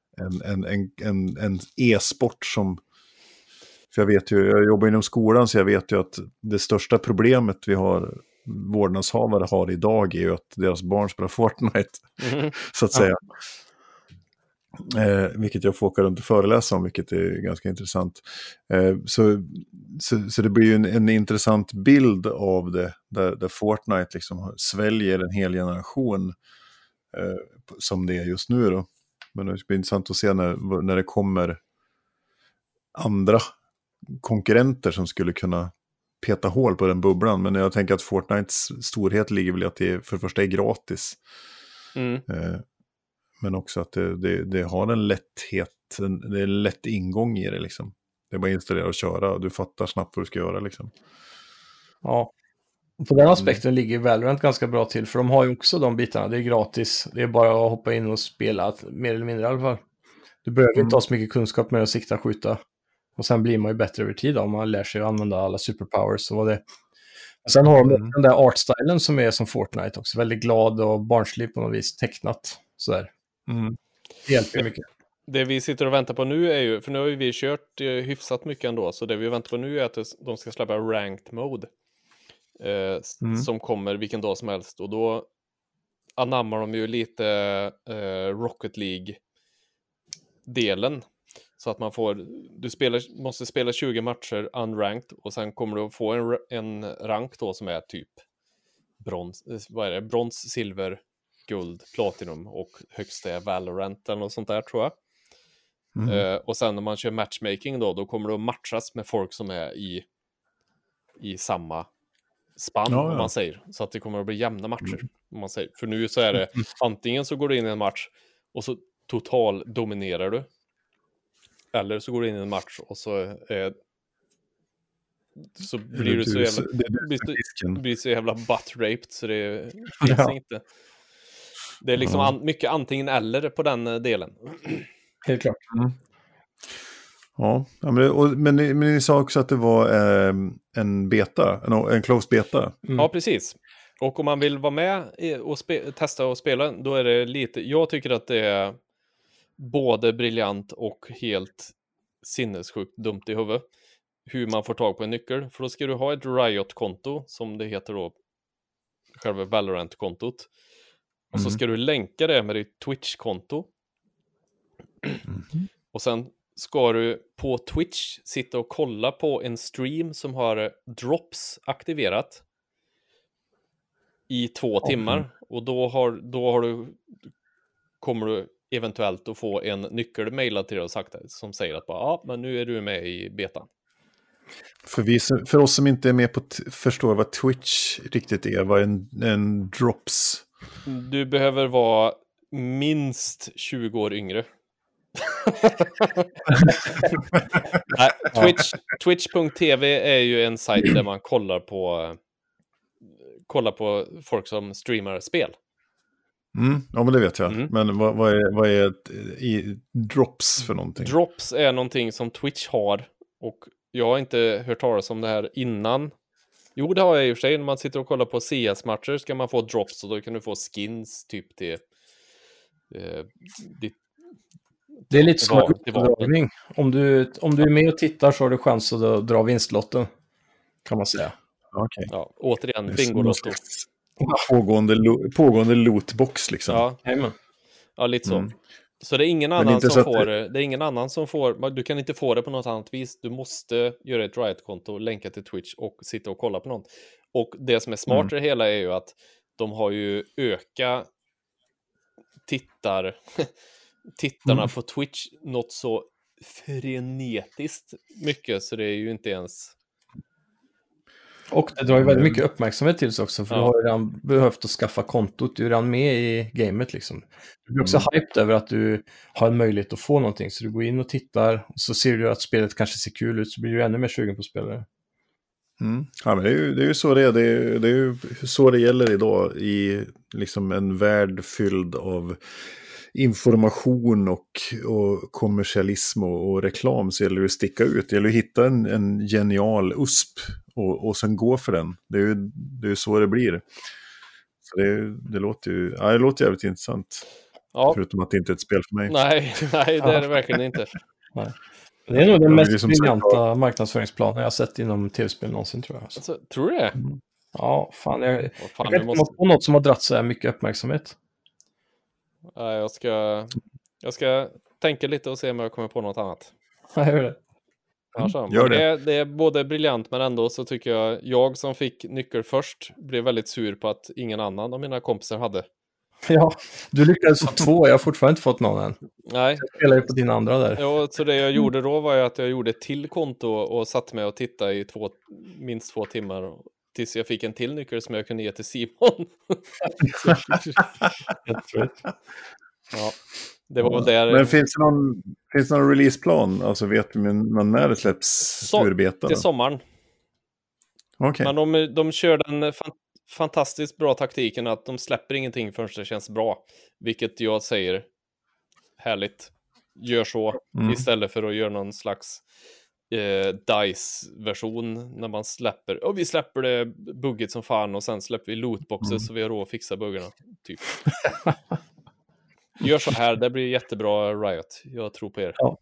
Speaker 1: en e-sport som... För jag jobbar inom skolan, så jag vet ju att det största problemet vårdnadshavare har idag är ju att deras barn spelar Fortnite, så att säga. Vilket jag får åka runt och föreläsa om, vilket är ganska intressant. Så det blir ju en intressant bild av det, där Fortnite liksom sväljer en hel generation som det är just nu då. Men det blir intressant att se när det kommer andra konkurrenter som skulle kunna peta hål på den bubblan. Men jag tänker att Fortnites storhet ligger väl i att det för det första är gratis. Men också att det har en lätthet, det är en lätt ingång i det liksom. Det är bara att installera och köra, och du fattar snabbt vad du ska göra liksom.
Speaker 3: Ja, på den aspekten ligger Valorant ganska bra till, för de har ju också de bitarna. Det är gratis, det är bara att hoppa in och spela, mer eller mindre i alla fall. Du behöver inte ha så mycket kunskap med att sikta och skjuta. Och sen blir man ju bättre över tid om man lär sig att använda alla superpowers och vad det. Och sen har de den där artstylen som är som Fortnite också. Väldigt glad och barnslig på något vis, tecknat sådär. Det hjälper mycket.
Speaker 2: Det vi sitter och väntar på nu är ju, för nu har ju vi kört hyfsat mycket ändå, så det vi väntar på nu är att de ska släppa ranked mode som kommer vilken dag som helst, och då anammar de ju lite Rocket League-delen, så att man får, måste spela 20 matcher unranked, och sen kommer du att få en rank då som är typ brons, silver, guld, platinum, och högst är Valorant eller något sånt där, tror jag. Och sen när man kör matchmaking då kommer du att matchas med folk som är i samma spann, om man säger. Så att det kommer att bli jämna matcher, om man säger. För nu så är det antingen så går du in i en match och så total dominerar du, eller så går du in i en match och så blir du så jävla butt-raped så det finns inte. Det är liksom mycket antingen eller på den delen.
Speaker 3: Helt klart.
Speaker 1: Ja, men ni sa också att det var en beta, en closed beta.
Speaker 2: Ja, precis. Och om man vill vara med och testa och spela, då är det lite... Jag tycker att det är både briljant och helt sinnessjukt dumt i huvudet hur man får tag på en nyckel. För då ska du ha ett Riot-konto, som det heter då, själva Valorant-kontot. Och så ska du länka det med ditt Twitch-konto. Och sen ska du på Twitch sitta och kolla på en stream som har drops aktiverat i 2 timmar. Och då kommer du eventuellt att få en nyckel mejlad till dig och sagt, som säger att men nu är du med i betan.
Speaker 1: För oss som inte är med på förstår vad Twitch riktigt är, vad en drops.
Speaker 2: Du behöver vara minst 20 år yngre. Nej, Twitch.tv är ju en sajt där man kollar på folk som streamar spel.
Speaker 1: Ja, men det vet jag. Men vad är drops för någonting?
Speaker 2: Drops är någonting som Twitch har, och jag har inte hört talas om det här innan. Jo, det har jag i och för sig. När man sitter och kollar på CS-matcher ska man få drops, och då kan du få skins typ till
Speaker 3: det är lite som en dragning. Om du är med och tittar så har du chans att dra vinstlotten, kan man säga.
Speaker 1: Okay.
Speaker 2: Ja, återigen, Bingolotto.
Speaker 1: Pågående lootbox liksom.
Speaker 2: Ja, lite så. Så det är ingen annan som får det. Det är ingen annan som får. Du kan inte få det på något annat vis. Du måste göra ett Riot-konto, länka till Twitch och sitta och kolla på något. Och det som är smart i det hela är ju att de har ju ökat tittarna på Twitch något så frenetiskt mycket, så det är ju inte ens...
Speaker 3: Och det drar ju väldigt mycket uppmärksamhet till sig också, för du har ju redan behövt att skaffa kontot, du är redan med i gamet liksom. Du blir också hyped över att du har en möjlighet att få någonting, så du går in och tittar, och så ser du att spelet kanske ser kul ut, så blir du ännu mer sugen på spelare.
Speaker 1: Ja, men det är ju så det är. Det är ju så det gäller idag i liksom en värld fylld av information och kommersialism och reklam så gäller det att sticka ut. Det gäller att hitta en genial USP och sen gå för den. Det är ju så det blir. Så det låter ju det låter jävligt intressant. Ja. Förutom att det inte är ett spel för mig.
Speaker 2: Nej, det är det verkligen inte.
Speaker 3: Nej. Det är nog den mest briljanta marknadsföringsplanen jag har sett inom tv-spel någonsin, tror jag.
Speaker 2: Alltså, tror du det?
Speaker 3: Mm. Ja, fan. Jag kan inte komma på något som har dratt så här mycket uppmärksamhet.
Speaker 2: Jag ska tänka lite och se om jag kommer på något annat.
Speaker 3: Jag gör det.
Speaker 1: Gör det.
Speaker 2: Det är både briljant, men ändå så tycker jag som fick nyckel först blev väldigt sur på att ingen annan av mina kompisar hade.
Speaker 3: Ja, du lyckades få 2. Jag har fortfarande inte fått någon än.
Speaker 2: Nej.
Speaker 3: Jag spelar ju på dina andra där.
Speaker 2: Ja, så det jag gjorde då var ju att jag gjorde ett till konto och satt med och tittade i minst 2 timmar tills jag fick en till nyckel som jag kunde ge till Simon. Ja, det var där.
Speaker 1: Men finns det någon releaseplan? Alltså vet man när det släpps ur betan?
Speaker 2: Till sommaren.
Speaker 1: Okay.
Speaker 2: Men de kör den fantastiskt bra taktiken att de släpper ingenting förrän det känns bra. Vilket jag säger, härligt. Gör så istället för att göra någon slags DICE-version när man släpper. Och vi släpper det buggigt som fan och sen släpper vi lootboxer så vi har råd att fixa buggarna. Typ. Gör så här, det blir jättebra Riot. Jag tror på er.
Speaker 3: Ja.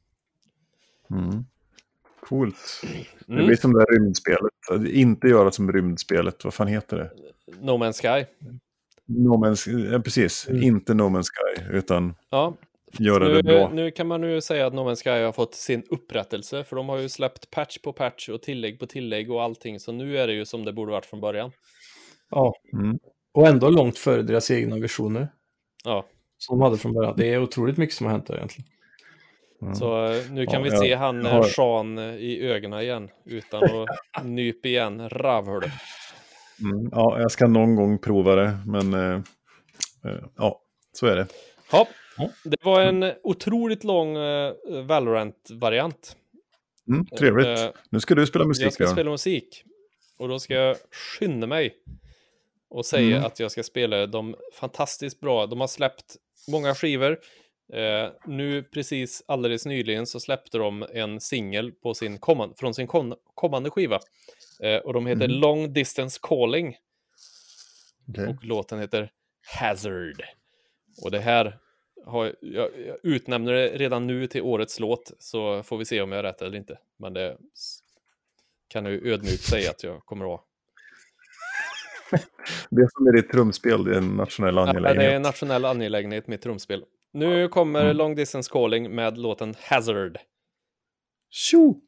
Speaker 1: Coolt. Det blir som det här rymdspelet. Inte göra som rymdspelet. Vad fan heter det?
Speaker 2: No Man's Sky.
Speaker 1: Precis. Inte No Man's Sky, utan göra det bra.
Speaker 2: Nu kan man nu säga att No Man's Sky har fått sin upprättelse. För de har ju släppt patch på patch och tillägg på tillägg och allting. Så nu är det ju som det borde varit från början.
Speaker 3: Ja. Och ändå långt före deras egna visioner.
Speaker 2: Ja.
Speaker 3: Som de hade från början. Det är otroligt mycket som har hänt där egentliন.
Speaker 2: Så nu kan vi se Sean i ögonen igen utan att nypa igen ravhål.
Speaker 1: Ja, jag ska någon gång prova det, men ja, så är det.
Speaker 2: Ja, det var en otroligt lång Valorant-variant.
Speaker 1: Trevligt. Nu ska du spela musik.
Speaker 2: Jag ska spela musik. Och då ska jag skynda mig och säga att jag ska spela de fantastiskt bra. De har släppt många skivor. Nu precis alldeles nyligen så släppte de en singel på från sin kommande skiva. Och de heter Long Distance Calling. Okay. Och låten heter Hazard. Och det här jag utnämner det redan nu till årets låt, så får vi se om jag är rätt eller inte. Men det kan jag ju ödmjukt säga att jag kommer att ha.
Speaker 1: Det som är ditt trumspel, det är en nationell angelägenhet.
Speaker 2: Ja, det är en nationell angelägenhet med trumspel. Nu kommer Long Distance Calling med låten Hazard.
Speaker 1: Tjo!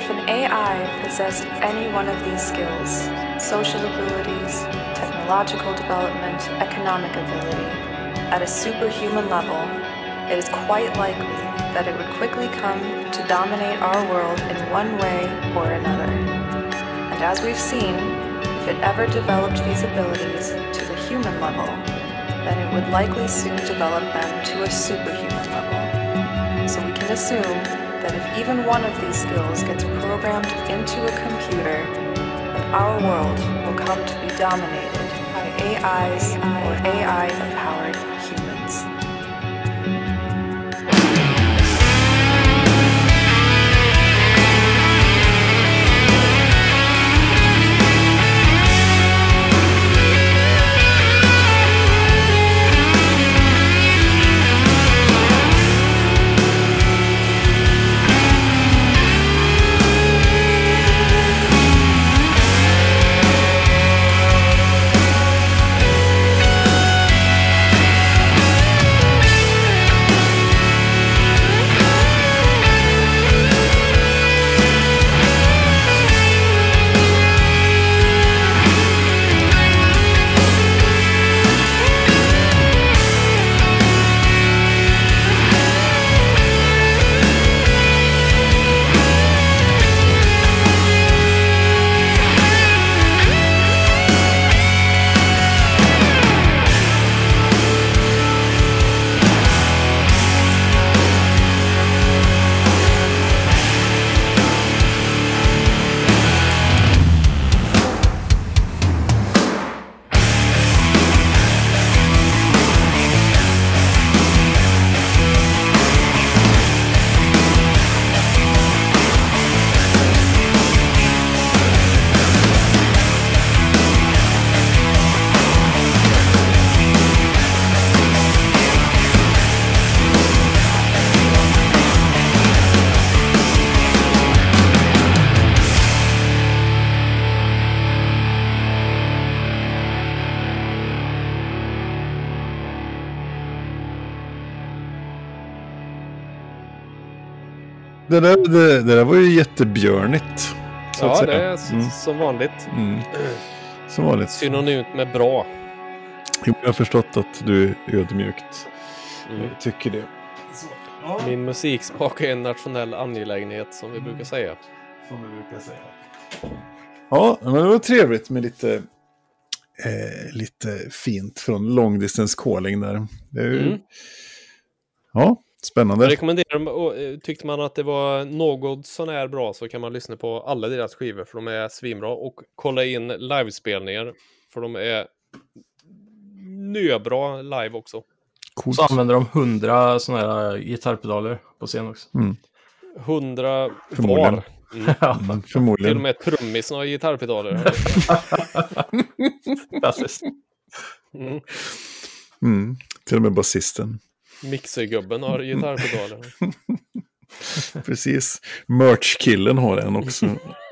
Speaker 4: if an AI possessed any one of these skills, social abilities, technological development, economic ability, at a superhuman level, it is quite likely that it would quickly come to dominate our world in one way or another. And as we've seen, if it ever developed these abilities to the human level, then it would likely soon develop them to a superhuman level. So we can assume that if even one of these skills gets programmed into a computer, then our world will come to be dominated by AIs or AI-empowered humans.
Speaker 1: Det där var ju jättebjörnigt.
Speaker 2: Ja, det är som vanligt.
Speaker 1: Som vanligt.
Speaker 2: Synonymt med bra.
Speaker 1: Jo, jag har förstått att du ödmjukt tycker det.
Speaker 2: Min musiksmak är en nationell angelägenhet, som vi brukar säga.
Speaker 1: Ja, men det var trevligt med lite fint från long distance calling där. Det är ju... Ja, spännande.
Speaker 2: Jag rekommenderar, och tyckte man att det var något sån här bra, så kan man lyssna på alla deras skivor, för de är svinbra, och kolla in livespelningar, för de är nöbra live också.
Speaker 3: Coolt. Så använder de 100 såna här gitarrpedaler på scen också.
Speaker 2: 100
Speaker 1: förmodligen.
Speaker 2: var.
Speaker 1: Förmodligen.
Speaker 2: Till och med trummisen har gitarrpedaler.
Speaker 1: Till och med basisten.
Speaker 2: Mixergubben har gitarrpedaler.
Speaker 1: Precis. Merch-killen har en också.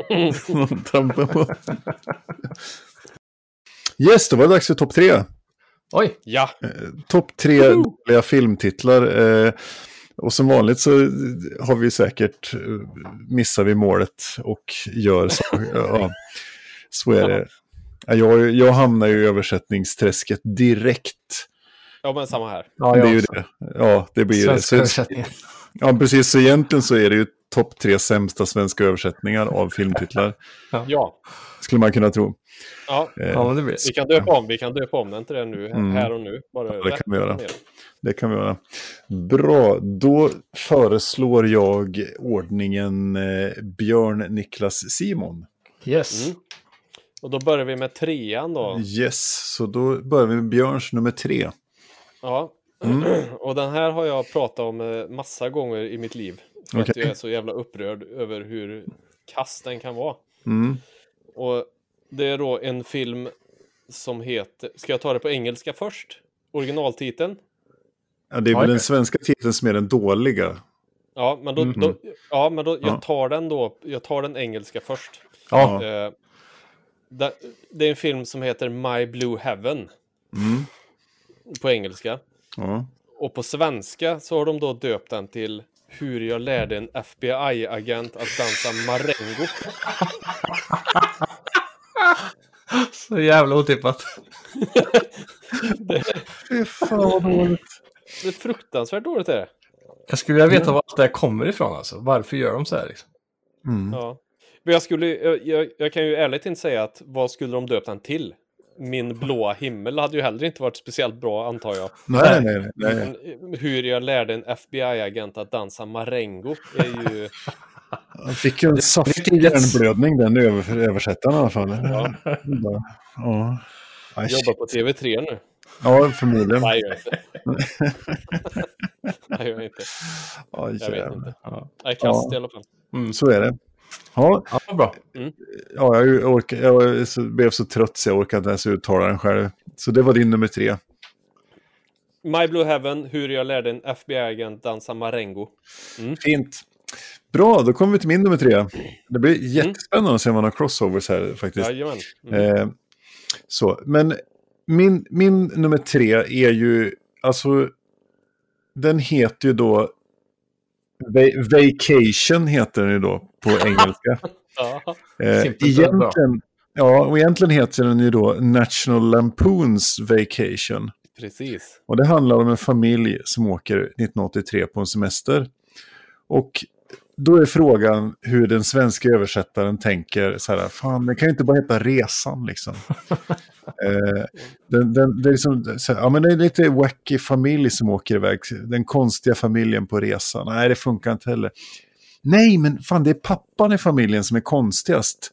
Speaker 1: Yes, då var det dags för topp 3.
Speaker 3: Oj!
Speaker 2: Ja.
Speaker 1: Topp 3 dåliga filmtitlar. Och som vanligt så har vi säkert missar vi målet och gör så. Ja, så är det. Jag hamnar ju i översättningsträsket direkt.
Speaker 2: Ja, men samma här.
Speaker 3: Ja,
Speaker 1: det är ju det. Ja, det blir
Speaker 3: svenska
Speaker 1: det.
Speaker 3: översättningen.
Speaker 1: Ja, precis. Så egentligen så är det ju topp 3 sämsta svenska översättningar av filmtitlar.
Speaker 2: Ja.
Speaker 1: Skulle man kunna tro.
Speaker 2: Ja,
Speaker 3: men det blir det.
Speaker 2: Vi kan döpa om den till det nu, här och nu. Bara
Speaker 1: det kan vi göra. Det kan vi göra. Bra, då föreslår jag ordningen Björn, Niklas, Simon.
Speaker 3: Yes.
Speaker 2: Och då börjar vi med 3:an då.
Speaker 1: Yes, så då börjar vi med Björns nummer 3.
Speaker 2: Ja, och den här har jag pratat om massa gånger i mitt liv. För att jag är så jävla upprörd över hur kass den kan vara. Och det är då en film som heter... Ska jag ta det på engelska först? Originaltiteln?
Speaker 1: Ja, det är väl den svenska titeln som är den dåliga.
Speaker 2: Ja, men då jag tar den engelska först.
Speaker 3: Ja.
Speaker 2: Det är en film som heter My Blue Heaven. På engelska.
Speaker 1: Ja.
Speaker 2: Och på svenska så har de då döpt den till Hur jag lärde en FBI-agent att dansa marengo.
Speaker 3: Så jävla otippat.
Speaker 1: Fy fan vad dåligt.
Speaker 2: Det är fruktansvärt dåligt är det.
Speaker 3: Jag skulle vilja veta var det här kommer ifrån alltså. Varför gör de så här liksom?
Speaker 2: Ja. Men jag kan ju ärligt inte säga att vad skulle de döpt den till? Min blåa himmel hade ju heller inte varit speciellt bra, antar jag.
Speaker 1: Nej.
Speaker 2: Men hur jag lärde en FBI-agent att dansa marengo är ju...
Speaker 1: Han fick ju en saftig hjärnblödning, den översättaren i alla fall.
Speaker 2: Ja.
Speaker 1: Ja.
Speaker 2: Jobbar på TV3 nu.
Speaker 1: Ja, förmodligen.
Speaker 2: Nej, jag inte. Nej, jag vet inte.
Speaker 1: Ja,
Speaker 2: Jag vet inte.
Speaker 3: Ja.
Speaker 2: Jag är kast i alla fall.
Speaker 1: Så är det. Ja,
Speaker 3: Bra.
Speaker 1: ja jag blev så trött så jag orkade inte ens uttala den själv. Så det var din nummer 3.
Speaker 2: My Blue Heaven, hur jag lärde en FBI-agent dansa marengo.
Speaker 1: Fint. Bra, då kommer vi till min nummer 3. Det blir jättespännande att se om man har crossovers här faktiskt.
Speaker 2: Jajamän.
Speaker 1: Så, men min nummer 3 är ju, alltså, den heter ju då Vacation heter den ju då på engelska. Egentligen heter den ju då National Lampoon's Vacation.
Speaker 2: Precis.
Speaker 1: Och det handlar om en familj som åker 1983 på en semester. Och då är frågan hur den svenska översättaren tänker så här, fan, det kan ju inte bara heta Resan liksom. Det är liksom, så här, ja, men det är lite wacky familj som åker iväg, den konstiga familjen på resan. Nej, det funkar inte heller. Nej, men fan, det är pappan i familjen som är konstigast.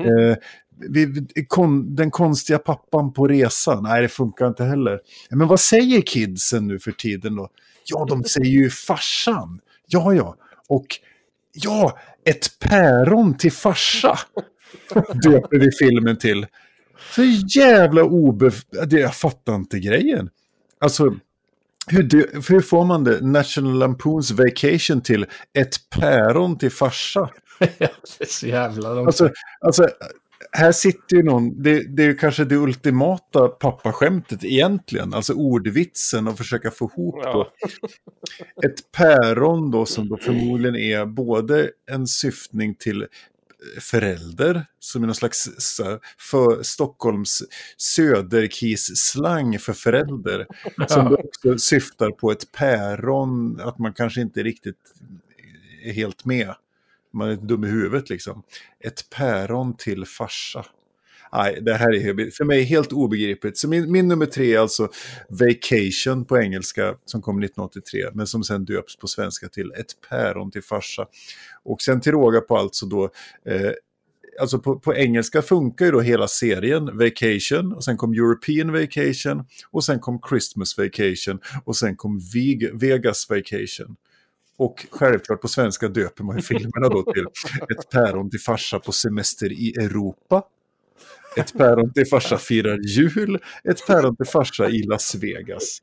Speaker 1: Den konstiga pappan på resan. Nej, det funkar inte heller. Men vad säger kidsen nu för tiden då? Ja, de säger ju farsan. Ja. Och ja, ett päron till farsa döper vi filmen till. Så jävla jag fattar inte grejen. Alltså, hur får man det? National Lampoon's Vacation till ett päron till farsa?
Speaker 3: Det är så jävla långt.
Speaker 1: Alltså, här sitter ju någon, det är ju kanske det ultimata pappaskämtet egentligen, alltså ordvitsen och försöka få ihop då. Ett päron då som då förmodligen är både en syftning till förälder, som är någon slags för Stockholms söderkis-slang för förälder, som också syftar på ett päron, att man kanske inte riktigt är helt med. Man är dum i huvudet liksom. Ett päron till farsa. Nej, det här är för mig helt obegripligt. Så min nummer 3 är alltså Vacation på engelska som kom 1983, men som sen döps på svenska till ett päron till farsa. Och sen till råga på allt så då alltså på engelska funkar ju då hela serien Vacation, och sen kom European Vacation, och sen kom Christmas Vacation, och sen kom Vegas Vacation. Och självklart på svenska döper man ju filmerna då till ett päron till farsa på semester i Europa. Ett päron till farsa firar jul. Ett päron till farsa i Las Vegas.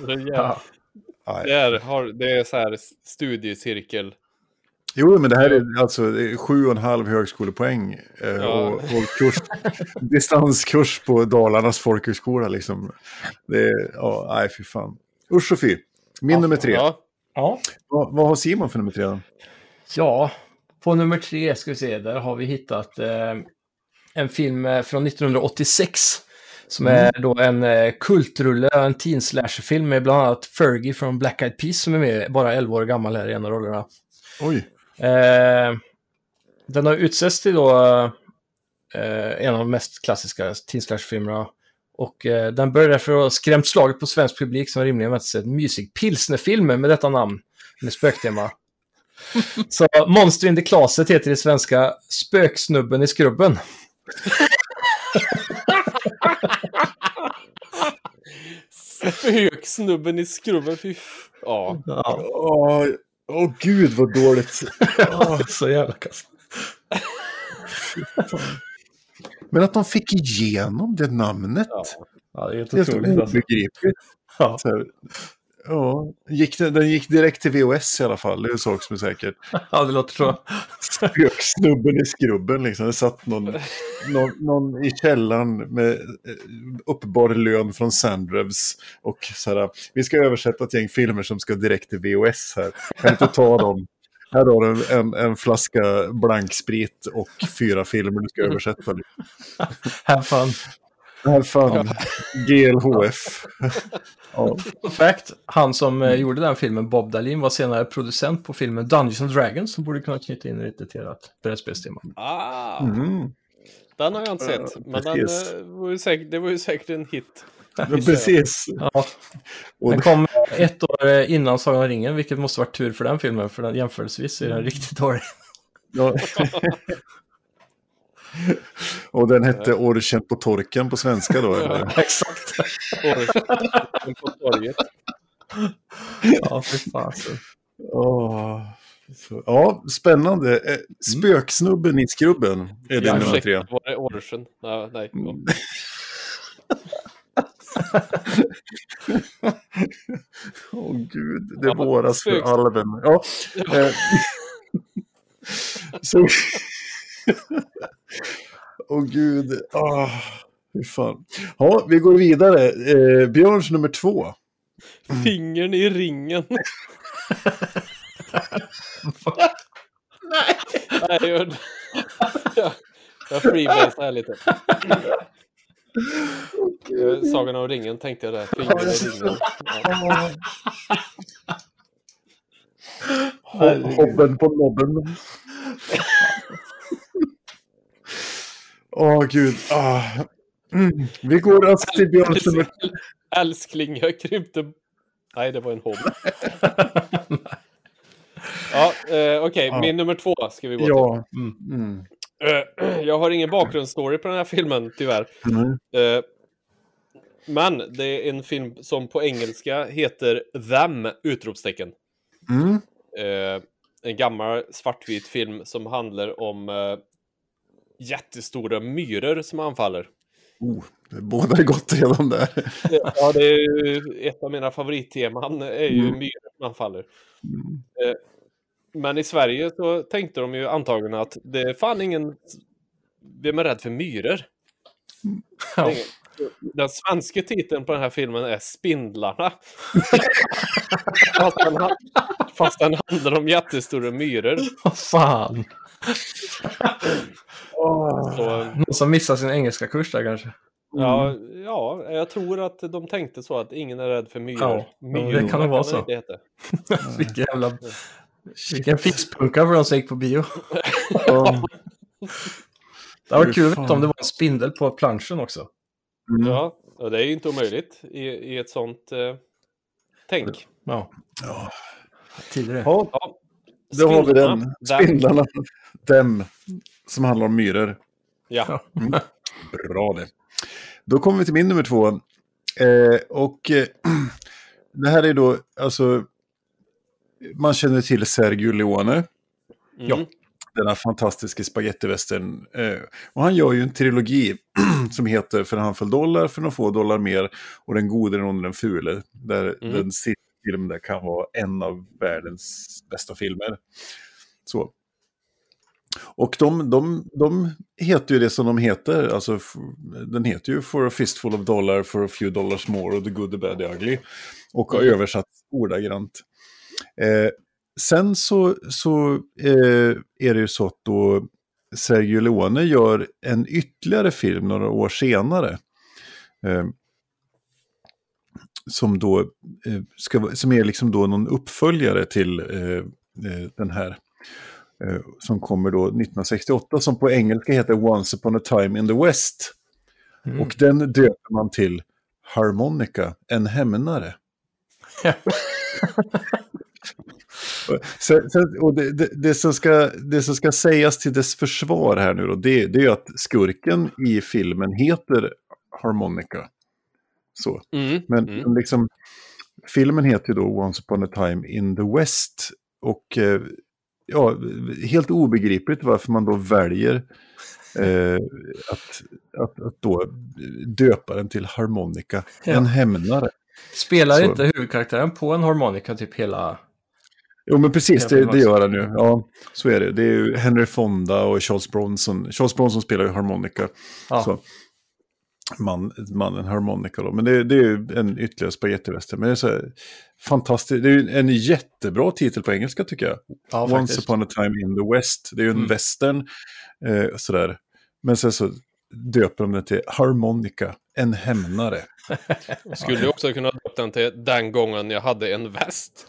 Speaker 2: Det är så här studiecirkel.
Speaker 1: Jo, men det här är alltså 7,5 högskolepoäng och distanskurs på Dalarnas folkhögskola liksom. Det är, nej fy fan. Usch och fy. Min nummer 3.
Speaker 3: Ja.
Speaker 1: Vad har Simon för nummer 3 då?
Speaker 3: Ja, på nummer 3 ska vi se, där har vi hittat en film från 1986 som är då en kultrulle, en teen slasher-film med bland annat Fergie från Black Eyed Peas som är med, bara 11 år gammal här i en av rollerna.
Speaker 1: Oj.
Speaker 3: Den har utsetts till då en av de mest klassiska teen slasher-filmerna. Och den började därför ha skrämt slaget på svensk publik som rimligen väntat sig ett mysig pilsnerfilm med detta namn, med spöktema. Så Monster in the Closet heter det svenska Spöksnubben i skrubben.
Speaker 2: Spöksnubben i skrubben, fy
Speaker 1: Åh gud vad dåligt.
Speaker 3: Så jävla kast.
Speaker 1: Men att de fick igenom det namnet.
Speaker 3: Ja, det är
Speaker 1: helt obegripligt.
Speaker 3: Ja.
Speaker 1: Ja, den gick direkt till VHS i alla fall, det är en sak som är säkert.
Speaker 3: Ja, det låter så.
Speaker 1: Spöksnubben i skrubben liksom. Det satt någon i källaren med uppbar lön från Sandrevs och så här, vi ska översätta ett gäng filmer som ska direkt till VHS här. Kan inte ta dem? Här har du en flaska blanksprit och 4 filmer du ska översätta.
Speaker 3: Have fun.
Speaker 1: Här fan, GLHF. Ja.
Speaker 3: Fact, han som gjorde den filmen, Bob Dahlin, var senare producent på filmen Dungeons and Dragons, som borde kunna knyta in lite till att brädspelstema.
Speaker 2: Den har jag inte sett, men det var ju säkert en hit.
Speaker 1: Precis.
Speaker 3: Ja. Den kom 1 år innan Sagan om ringen, vilket måste varit tur för den filmen, för den jämförelsevis är den riktigt dålig.
Speaker 1: Ja. Och den hette Orchen på torken på svenska då? Eller?
Speaker 3: Exakt.
Speaker 2: Orchen på torget.
Speaker 3: Ja, för fasen.
Speaker 1: Ja, spännande. Spöksnubben i skrubben är det nummer 3.
Speaker 2: Var det Orchen? Nej.
Speaker 1: Gud, det våras för alven. Ja. Så... Gud. Hur fan. Ja, vi går vidare. Björns nummer 2.
Speaker 2: Fingern i ringen. Nej, jag freebasar här lite. Sagan om ringen tänkte jag där. Fingern i ringen.
Speaker 1: Hobben på nobben. Gud. Vi går alltså till Björns nummer...
Speaker 2: Älskling, jag krympte... Nej, det var en hobb. Ja, okej. Min nummer 2 ska vi gå till. Jag har ingen bakgrundsstory på den här filmen, tyvärr. Men det är en film som på engelska heter Them! Utropstecken. En gammal svartvit film som handlar om jättestora myror som anfaller.
Speaker 1: Det båda är gott redan där.
Speaker 2: Ja, det är ju ett av mina favoritteman är ju myror som anfaller. Men i Sverige så tänkte de ju antagligen att det är fan ingen... Vem är rädd för myror? Ja. Den svenska titeln på den här filmen är Spindlarna. fast den handlar om jättestora myror.
Speaker 3: Vad fan? Någon som missar sin engelska kurs där kanske.
Speaker 2: Ja, jag tror att de tänkte så att ingen är rädd för myror.
Speaker 3: Myror, det kan nog vara så. Vilken fiskpunka för de som gick på bio. Det var kul om det var en spindel på planschen också.
Speaker 2: Ja, och det är ju inte omöjligt i ett sånt tänk.
Speaker 3: Ja. Tidigare.
Speaker 1: Ja. Då har vi den. Spindlarna. Dem som handlar om myror.
Speaker 2: Ja.
Speaker 1: Bra det. Då kommer vi till min nummer 2. Det här är då, alltså, man känner till Sergio Leone. Ja. Denna fantastiska spagettivästern. Och han gör ju en trilogi som heter För en handfull dollar, för några få dollar mer. Och Den gode, den onde, den fule. Där den sista filmen där kan vara en av världens bästa filmer. Så. Och de heter ju det som de heter. Alltså, den heter ju For a fistful of dollar, for a few dollars more och The good, the bad, the ugly. Och har översatt ordagrant. Sen så är det ju så att då Sergio Leone gör en ytterligare film några år senare. Som då som är liksom då någon uppföljare till den här. Som kommer då 1968, som på engelska heter Once upon a time in the West. Och den döper man till Harmonica, en hämnare. Och det som ska sägas till dess försvar här nu då, det är ju att skurken i filmen heter Harmonica. Så. Men liksom, filmen heter ju då Once upon a time in the West. Och helt obegripligt varför man då väljer att då döpa den till Harmonica, en hämnare.
Speaker 3: Spelar inte huvudkaraktären på en harmonika typ hela...
Speaker 1: Jo, men precis, det gör han nu. Ja, så är det. Det är ju Henry Fonda och Charles Bronson. Charles Bronson spelar ju harmonika.
Speaker 3: Ja.
Speaker 1: Så. Mannen harmonika då. Men det är ju en ytterligare spagettivästern. Men det är så här, fantastiskt. Det är ju en jättebra titel på engelska tycker jag.
Speaker 3: Ja,
Speaker 1: Once
Speaker 3: faktiskt.
Speaker 1: upon a time in the West. Det är ju en western. Sådär. Men sen så döper de den till harmonika. En hämnare.
Speaker 2: Skulle du också kunna döpa den till den gången jag hade en väst?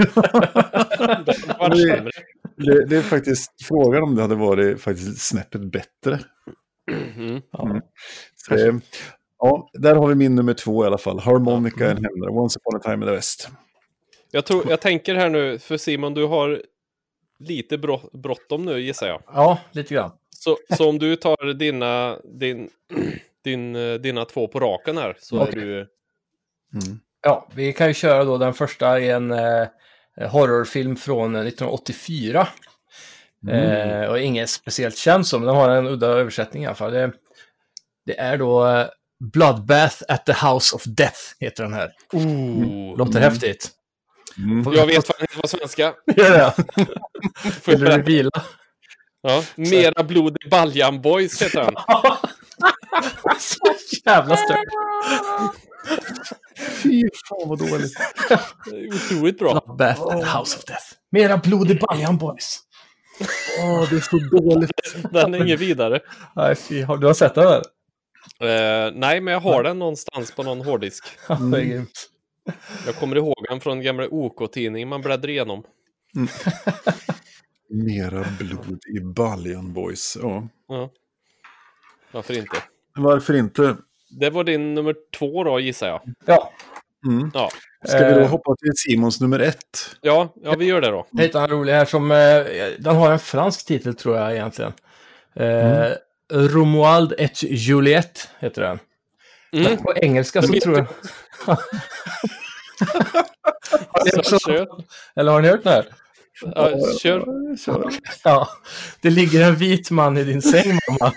Speaker 1: Det är faktiskt frågan om det hade varit faktiskt snäppet bättre. Så, ja, där har vi min nummer 2 i alla fall. Harmonica en hämnare. Once upon a time in the West.
Speaker 2: Jag tänker här nu, för Simon, du har lite bråttom nu gissar jag.
Speaker 3: Ja, lite grann.
Speaker 2: Så om du tar dina 2 på raken här så är du...
Speaker 3: Ja, vi kan ju köra då den första i en horrorfilm från 1984. Och ingen speciellt känd som, den har en udda översättning i alla fall. Det är då Bloodbath at the House of Death heter den här. Låter häftigt.
Speaker 2: Jag vet vad den heter på svenska.
Speaker 3: Ja. Vill du vila?
Speaker 2: Ja, Mera blod i Baljan Boys heter den.
Speaker 3: Så jävla stört.
Speaker 1: Fy fan vad dåligt.
Speaker 2: Otroligt bra.
Speaker 3: Bloodbath at the House of Death. Mera blod i Baljan Boys.
Speaker 1: Det är så dåligt.
Speaker 2: Den är ingen vidare.
Speaker 3: Nej, fy, du har sett den där?
Speaker 2: Nej, men jag har den någonstans på någon hårddisk.
Speaker 3: Det är grymt.
Speaker 2: Jag kommer ihåg den från gamla OK-tidningen man bläddrar igenom.
Speaker 1: Mera blod i Baljan Boys.
Speaker 2: Ja. Varför inte?
Speaker 1: Varför inte?
Speaker 2: Det var din nummer 2 då, gissar jag.
Speaker 3: Ja.
Speaker 2: Ja.
Speaker 1: Ska vi då hoppa till Simons nummer 1?
Speaker 2: Ja, vi gör det då.
Speaker 3: Jag hittade en rolig här som... den har en fransk titel tror jag egentligen. Romuald et Juliette heter den. På engelska så tror jag... Eller har ni hört den här?
Speaker 2: Ja, kör.
Speaker 3: Ja. Det ligger en vit man i din säng, mamma.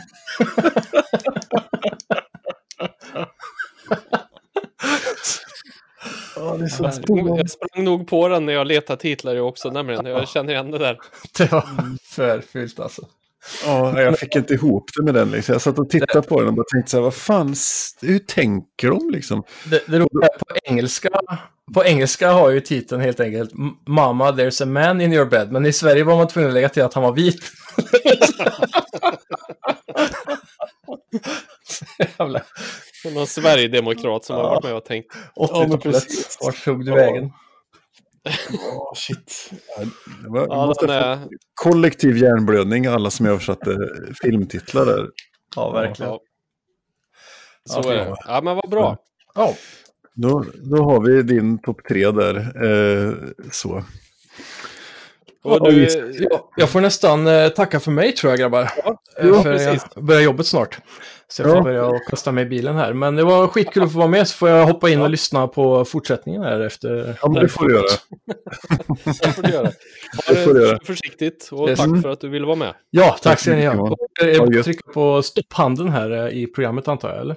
Speaker 1: Det är så
Speaker 2: Jag sprang nog på den när jag letade titlar också, nämligen. Jag känner igen det där.
Speaker 3: Det var för fyllt alltså.
Speaker 1: Ja, jag fick inte ihop det med den liksom. Jag satt och tittade på den och bara tänkte så här, vad fan, hur tänker de liksom?
Speaker 3: Det roliga på engelska har ju titeln helt enkelt Mama, there's a man in your bed. Men i Sverige var man tvungen att lägga till att han var vit. Jävla.
Speaker 2: Någon Sverigedemokrat som har varit med och tänkt.
Speaker 3: 80-talet, vart tog du vägen?
Speaker 1: Shit. Det måste få kollektiv hjärnblödning, alla som översatte filmtitlar där.
Speaker 3: Ja, verkligen.
Speaker 2: Så är det. Ja, men vad bra.
Speaker 3: Ja.
Speaker 1: Då har vi din topp 3 där. Så.
Speaker 3: Jag får nästan tacka för mig tror jag, grabbar.
Speaker 2: Ja,
Speaker 3: för
Speaker 2: precis.
Speaker 3: jag börjar jobbet snart. Så jag får börja och kasta mig i bilen här. Men det var skitkul att få vara med, så får jag hoppa in och lyssna på fortsättningen här efter.
Speaker 1: Ja, men det får du göra.
Speaker 2: Det får du göra. Ha det försiktigt och tack för att du ville vara med.
Speaker 3: Ja, tack ska ni ha. Jag trycker på stopphanden här i programmet antar jag, eller?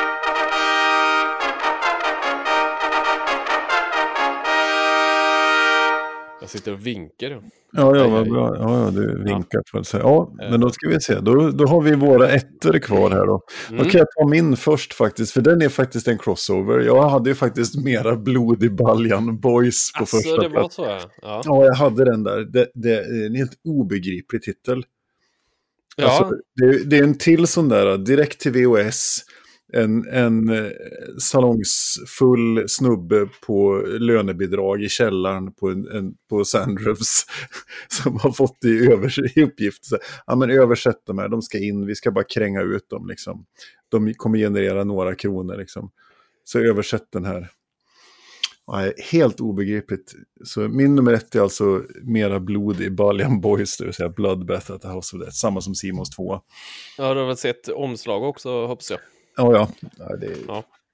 Speaker 2: Jag sitter och vinkar.
Speaker 1: Ja, vad bra. Ja, du vinkar på det. Ja, men då ska vi se. Då har vi våra ettor kvar här då. Då kan jag ta min först faktiskt, för den är faktiskt en crossover. Jag hade ju faktiskt Mera blod i Baljan Boys på första
Speaker 2: det
Speaker 1: plats.
Speaker 2: Var så, ja,
Speaker 1: jag hade den där. Det är en helt obegriplig titel.
Speaker 2: Ja.
Speaker 1: Alltså, det är en till sån där, direkt till VHS. En salongsfull snubbe på lönebidrag i källaren på Sandrevs som har fått i uppgift. Så, men översätt de här, de ska in, vi ska bara kränga ut dem liksom. De kommer generera några kronor liksom. Så översätt den här. Helt obegripligt. Så min nummer 1 är alltså Mera blod i Baljan Boys, det vill säga Bloodbath at the House of Death, samma som Simons 2.
Speaker 2: Ja, du har väl sett omslag också, hoppas jag.
Speaker 1: Ja. Det är...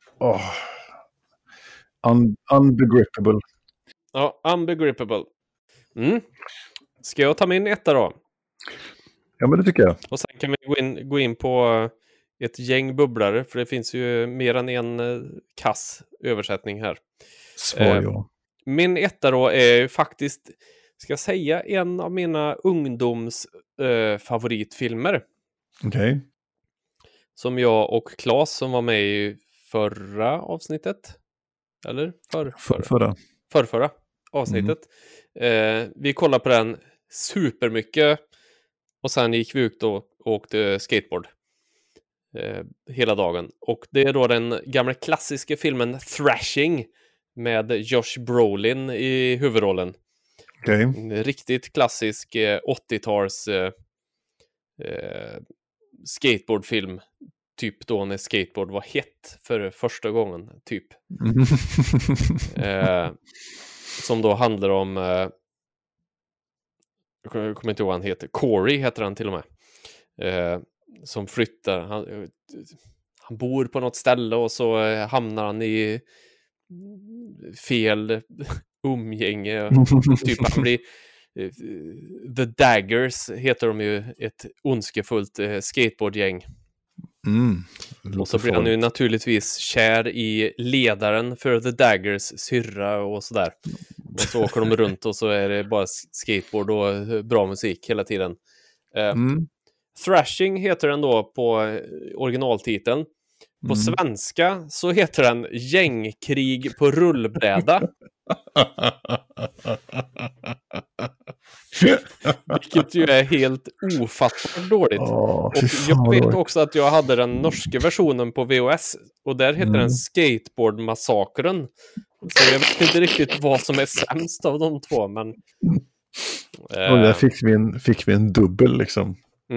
Speaker 1: Unbegrippable.
Speaker 2: Ja, unbegrippable. Ska jag ta min etta då?
Speaker 1: Ja, men det tycker jag.
Speaker 2: Och sen kan vi gå in på ett gäng bubblare, för det finns ju mer än en kass översättning här.
Speaker 1: Svar ja.
Speaker 2: Min etta då är faktiskt, ska jag säga, en av mina favoritfilmer.
Speaker 1: Okej.
Speaker 2: Som jag och Claes som var med i förra avsnittet. Eller? Förrförra avsnittet. Vi kollade på den supermycket. Och sen gick vi ut och åkte skateboard. Hela dagen. Och det är då den gamla klassiska filmen Thrashing. Med Josh Brolin i huvudrollen.
Speaker 1: Okej.
Speaker 2: En riktigt klassisk 80-tals skateboardfilm. Typ då när skateboard var hett för första gången. Typ. Som då handlar om... jag kommer inte ihåg vad han heter. Corey heter han till och med. Som flyttar. Han bor på något ställe och så hamnar han i fel umgänge. Typ han blir... The Daggers heter de ju, ett ondskefullt skateboardgäng. Och så blir han ju naturligtvis kär i ledaren för The Daggers syrra och sådär. Och så åker de runt och så är det bara skateboard och bra musik hela tiden. Thrashing heter den då på originaltiteln. På svenska så heter den Gängkrig på rullbräda. Vilket ju är helt ofattbart dåligt. Och jag vet också att jag hade den norska versionen på VHS. Och där heter den Skateboardmassakern. Så jag vet inte riktigt vad som är sämst av de två. Men,
Speaker 1: och där fick vi en dubbel liksom.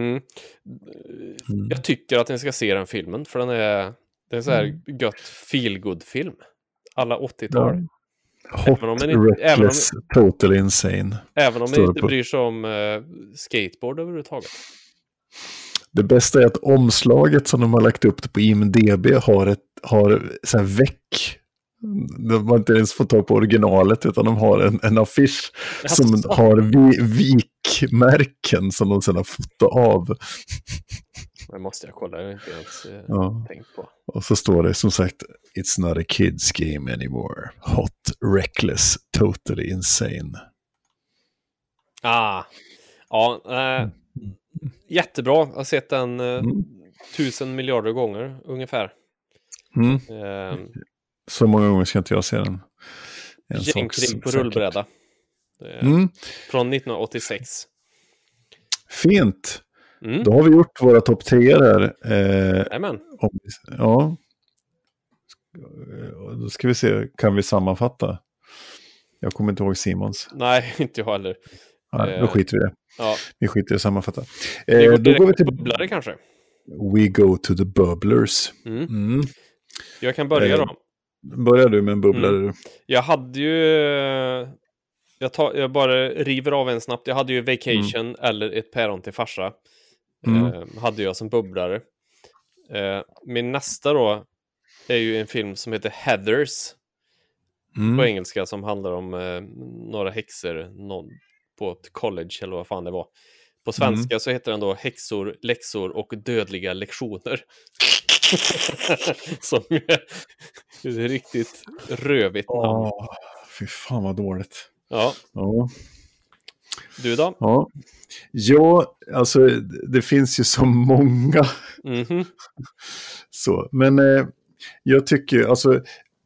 Speaker 2: Jag tycker att ni ska se den filmen. För det är en så här gött feel-good-film. Alla 80-tal.
Speaker 1: Reckless, totally insane.
Speaker 2: Även om man inte bryr sig om skateboard överhuvudtaget.
Speaker 1: Det bästa är att omslaget som de har lagt upp det på IMDb har så här väck. De har inte ens fått ta på originalet utan de har en affisch som har vikmärken som de sedan har fotat av.
Speaker 2: Det måste jag kolla, jag har inte ens tänkt på.
Speaker 1: Och så står det som sagt, it's not a kids game anymore. Hot, reckless, totally insane.
Speaker 2: Jättebra. Jag har sett den 1000 miljarder gånger ungefär.
Speaker 1: Så många gånger ska inte jag se den.
Speaker 2: Gängkrig på rullbräda. Från 1986.
Speaker 1: Fint. Då har vi gjort våra topp 10 här. Ja. Då ska vi se, kan vi sammanfatta? Jag kommer inte ihåg Simons.
Speaker 2: Nej, inte jag heller.
Speaker 1: Nej, då skiter vi det.
Speaker 2: Ja.
Speaker 1: Vi skiter i att sammanfatta.
Speaker 2: Då går vi till bubblare kanske.
Speaker 1: We go to the bubblers.
Speaker 2: Jag kan börja då.
Speaker 1: Börjar du med en bubblare?
Speaker 2: Jag hade ju... Jag bara river av en snabbt. Jag hade ju Vacation eller Ett päron till farsa. Hade jag som bubblare. Min nästa då är ju en film som heter Heathers. På engelska, som handlar om några häxor på ett college eller vad fan det var. På svenska så heter den då Häxor, läxor och dödliga lektioner. Som är riktigt rövigt namn.
Speaker 1: Fy fan vad dåligt.
Speaker 2: Ja. Du då?
Speaker 1: Ja, alltså det finns ju så många. Så, men jag tycker alltså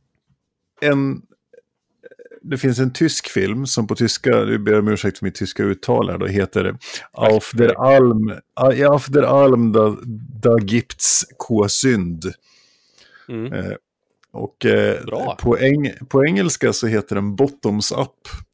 Speaker 1: det finns en tysk film som på tyska, du ber om ursäkt för mitt tyska uttal här, då heter Auf der Alm da gibt's K-synd. Och på engelska så heter den Bottoms Up.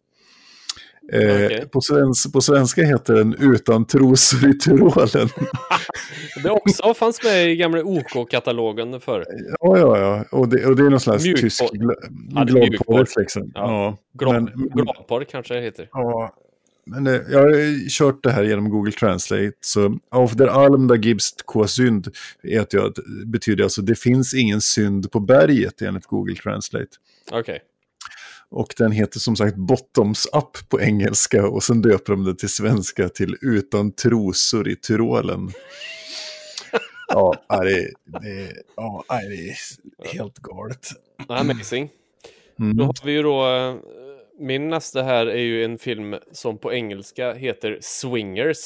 Speaker 1: På svenska heter den Utan trosor i Tyrolen.
Speaker 2: Det också fanns med i gamla OK-katalogen förr.
Speaker 1: Ja. Och det är någon slags tysk gladporr liksom.
Speaker 2: Gladporr kanske det heter.
Speaker 1: Ja, men jag har kört det här genom Google Translate. Så Auf der Alm da gibt's K-synd betyder alltså det finns ingen synd på berget enligt Google Translate.
Speaker 2: Okej.
Speaker 1: Och den heter som sagt Bottoms Up på engelska. Och sen döper de det till svenska till Utan trosor i Tyrolen. Ja, det är helt galet.
Speaker 2: Amazing. Då har vi ju då, min nästa här är ju en film som på engelska heter Swingers.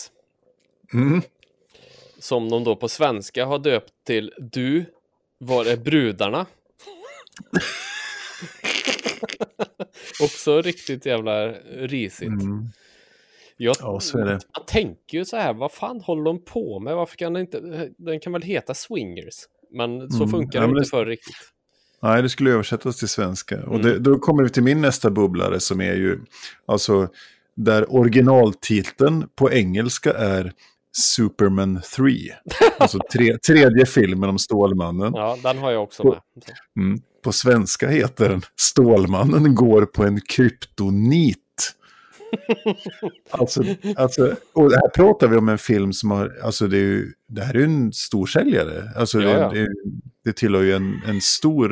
Speaker 2: Som de då på svenska har döpt till Du, var är brudarna? Också riktigt jävla risigt.
Speaker 1: Så är det.
Speaker 2: Jag tänker ju så här, vad fan håller de på med? Varför kan den kan väl heta Swingers? Men så funkar det inte för riktigt.
Speaker 1: Nej, det skulle översättas till svenska. Och då kommer vi till min nästa bubblare som är ju, alltså, där originaltiteln på engelska är Superman 3. Alltså tredje filmen om Stålmannen.
Speaker 2: Ja, den har jag också med.
Speaker 1: På svenska heter den Stålmannen går på en kryptonit. alltså, och här pratar vi om en film som har, alltså det här är ju en stor säljare. Alltså det tillhör ju en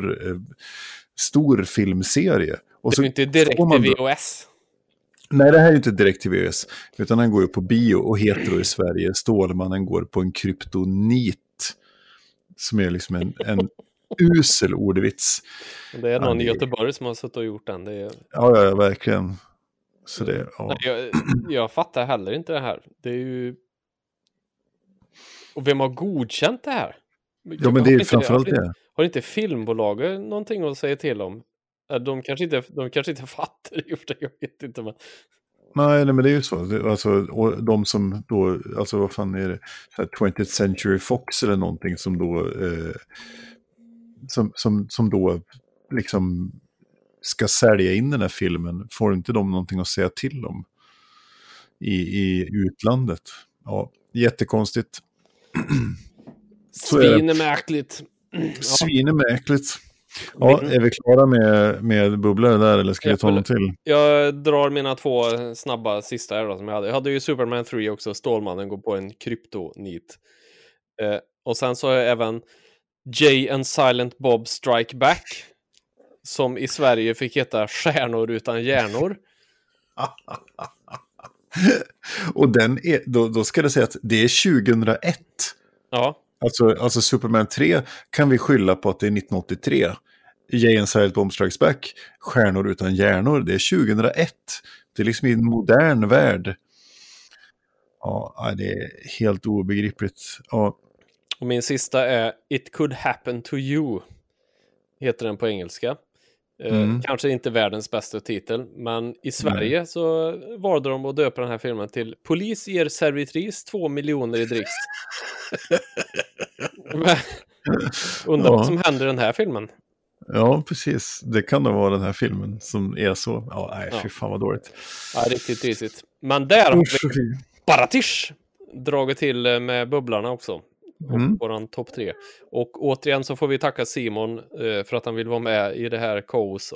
Speaker 1: stor filmserie. Och
Speaker 2: det är ju inte direkt till VHS.
Speaker 1: Nej, det här är inte direkt till VHS. Utan han går ju på bio och heter då i Sverige Stålmannen går på en kryptonit. Som är liksom en usel ordvits.
Speaker 2: Det är någon i Göteborg som har suttit och gjort den. Det är...
Speaker 1: Ja, verkligen. Så det, ja.
Speaker 2: Nej, jag fattar heller inte det här. Det är ju... Och vem har godkänt det här?
Speaker 1: Ja, men det är framförallt det.
Speaker 2: Har inte filmbolaget någonting att säga till om? De kanske inte fattar det. Jag vet inte. Men...
Speaker 1: Nej, men det är ju så. Alltså, och de som då, alltså vad fan är det? 20th Century Fox eller någonting som då som då liksom ska sälja in den här filmen. Får inte de någonting att säga till om i utlandet? Ja, jättekonstigt.
Speaker 2: Svinemärkligt.
Speaker 1: Svinemärkligt. Ja, är vi klara med bubblor där eller ska vi ta någon till?
Speaker 2: Jag drar mina 2 snabba sista här då, som jag hade. Jag hade ju Superman 3 också, Stålmannen går på en kryptonit. Och sen så har jag även Jay and Silent Bob Strike Back, som i Sverige fick heta Stjärnor utan hjärnor.
Speaker 1: Och den är, då ska det säga att det är 2001.
Speaker 2: Ja.
Speaker 1: Alltså Superman 3 kan vi skylla på att det är 1983. Jay and Silent Bob Strikes Back, Stjärnor utan hjärnor, det är 2001. Det är liksom i en modern värld. Ja, det är helt obegripligt. Ja.
Speaker 2: Och min sista är It Could Happen to You, heter den på engelska. Kanske inte världens bästa titel, men i Sverige så valde de att döpa den här filmen till Polis ger servitris 2 miljoner i dricks. Undrar vad som händer i den här filmen.
Speaker 1: Ja, precis. Det kan då vara den här filmen som är så. Ja, nej, fy fan vad dåligt.
Speaker 2: Ja, riktigt risigt. Men där har vi Baratish dragit till med bubblarna också. Våran topp 3. Och återigen så får vi tacka Simon för att han vill vara med i det här kaos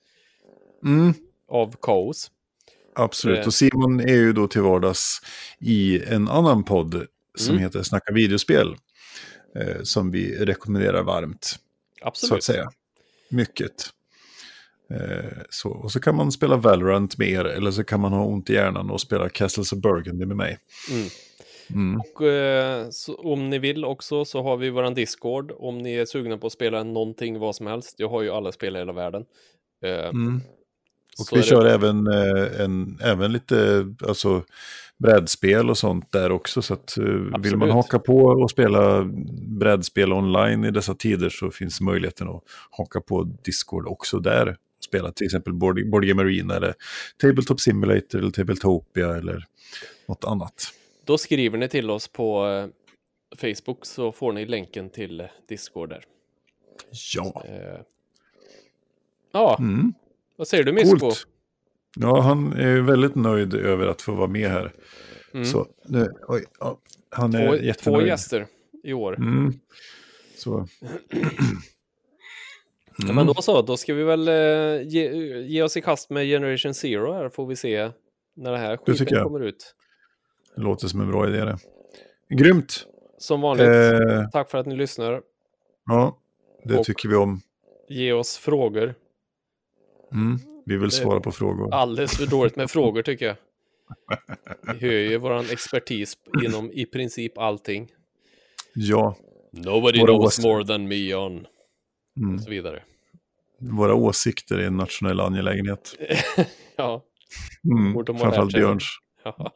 Speaker 2: av kaos.
Speaker 1: Absolut, och Simon är ju då till vardags i en annan podd som heter Snacka videospel. Som vi rekommenderar varmt.
Speaker 2: Absolut.
Speaker 1: Så att säga. Mycket. Så. Och så kan man spela Valorant med er, eller så kan man ha ont i hjärnan och spela Castles of Burgundy med mig. Och
Speaker 2: så, om ni vill också så har vi våran Discord. Om ni är sugna på att spela någonting, vad som helst. Jag har ju alla spel i hela världen.
Speaker 1: Och vi kör även lite alltså, brädspel och sånt där också. Så att vill man haka på och spela brädspel online i dessa tider så finns möjligheten att haka på Discord också där. Spela till exempel Board Game Arena eller Tabletop Simulator eller Tabletopia eller något annat.
Speaker 2: Då skriver ni till oss på Facebook så får ni länken till Discord där.
Speaker 1: Ja.
Speaker 2: Vad säger du, Misko?
Speaker 1: Coolt. Ja, han är väldigt nöjd över att få vara med här. Så, han är jättenöjd.
Speaker 2: 2 gäster i år.
Speaker 1: Så.
Speaker 2: Ja, men då ska vi väl ge oss i kast med Generation Zero här. Får vi se när det här skiten kommer ut.
Speaker 1: Det låter som en bra idé det. Grymt!
Speaker 2: Som vanligt, tack för att ni lyssnar.
Speaker 1: Ja, det tycker vi om.
Speaker 2: Ge oss frågor.
Speaker 1: Vi vill svara på frågor.
Speaker 2: Alldeles för dåligt med frågor tycker jag. Vi hör ju våran expertis inom i princip allting.
Speaker 1: Ja.
Speaker 2: Nobody knows more than me on. Och så vidare.
Speaker 1: Våra åsikter är en nationell angelägenhet.
Speaker 2: Ja.
Speaker 1: Framförallt Björns.
Speaker 2: Ja.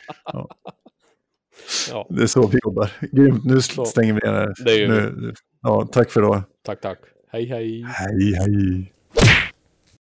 Speaker 1: Ja. Det är så vi jobbar. Grymt, nu stänger vi ner här.
Speaker 2: Det är ju
Speaker 1: tack för idag.
Speaker 2: Tack. Hej.
Speaker 1: Hej.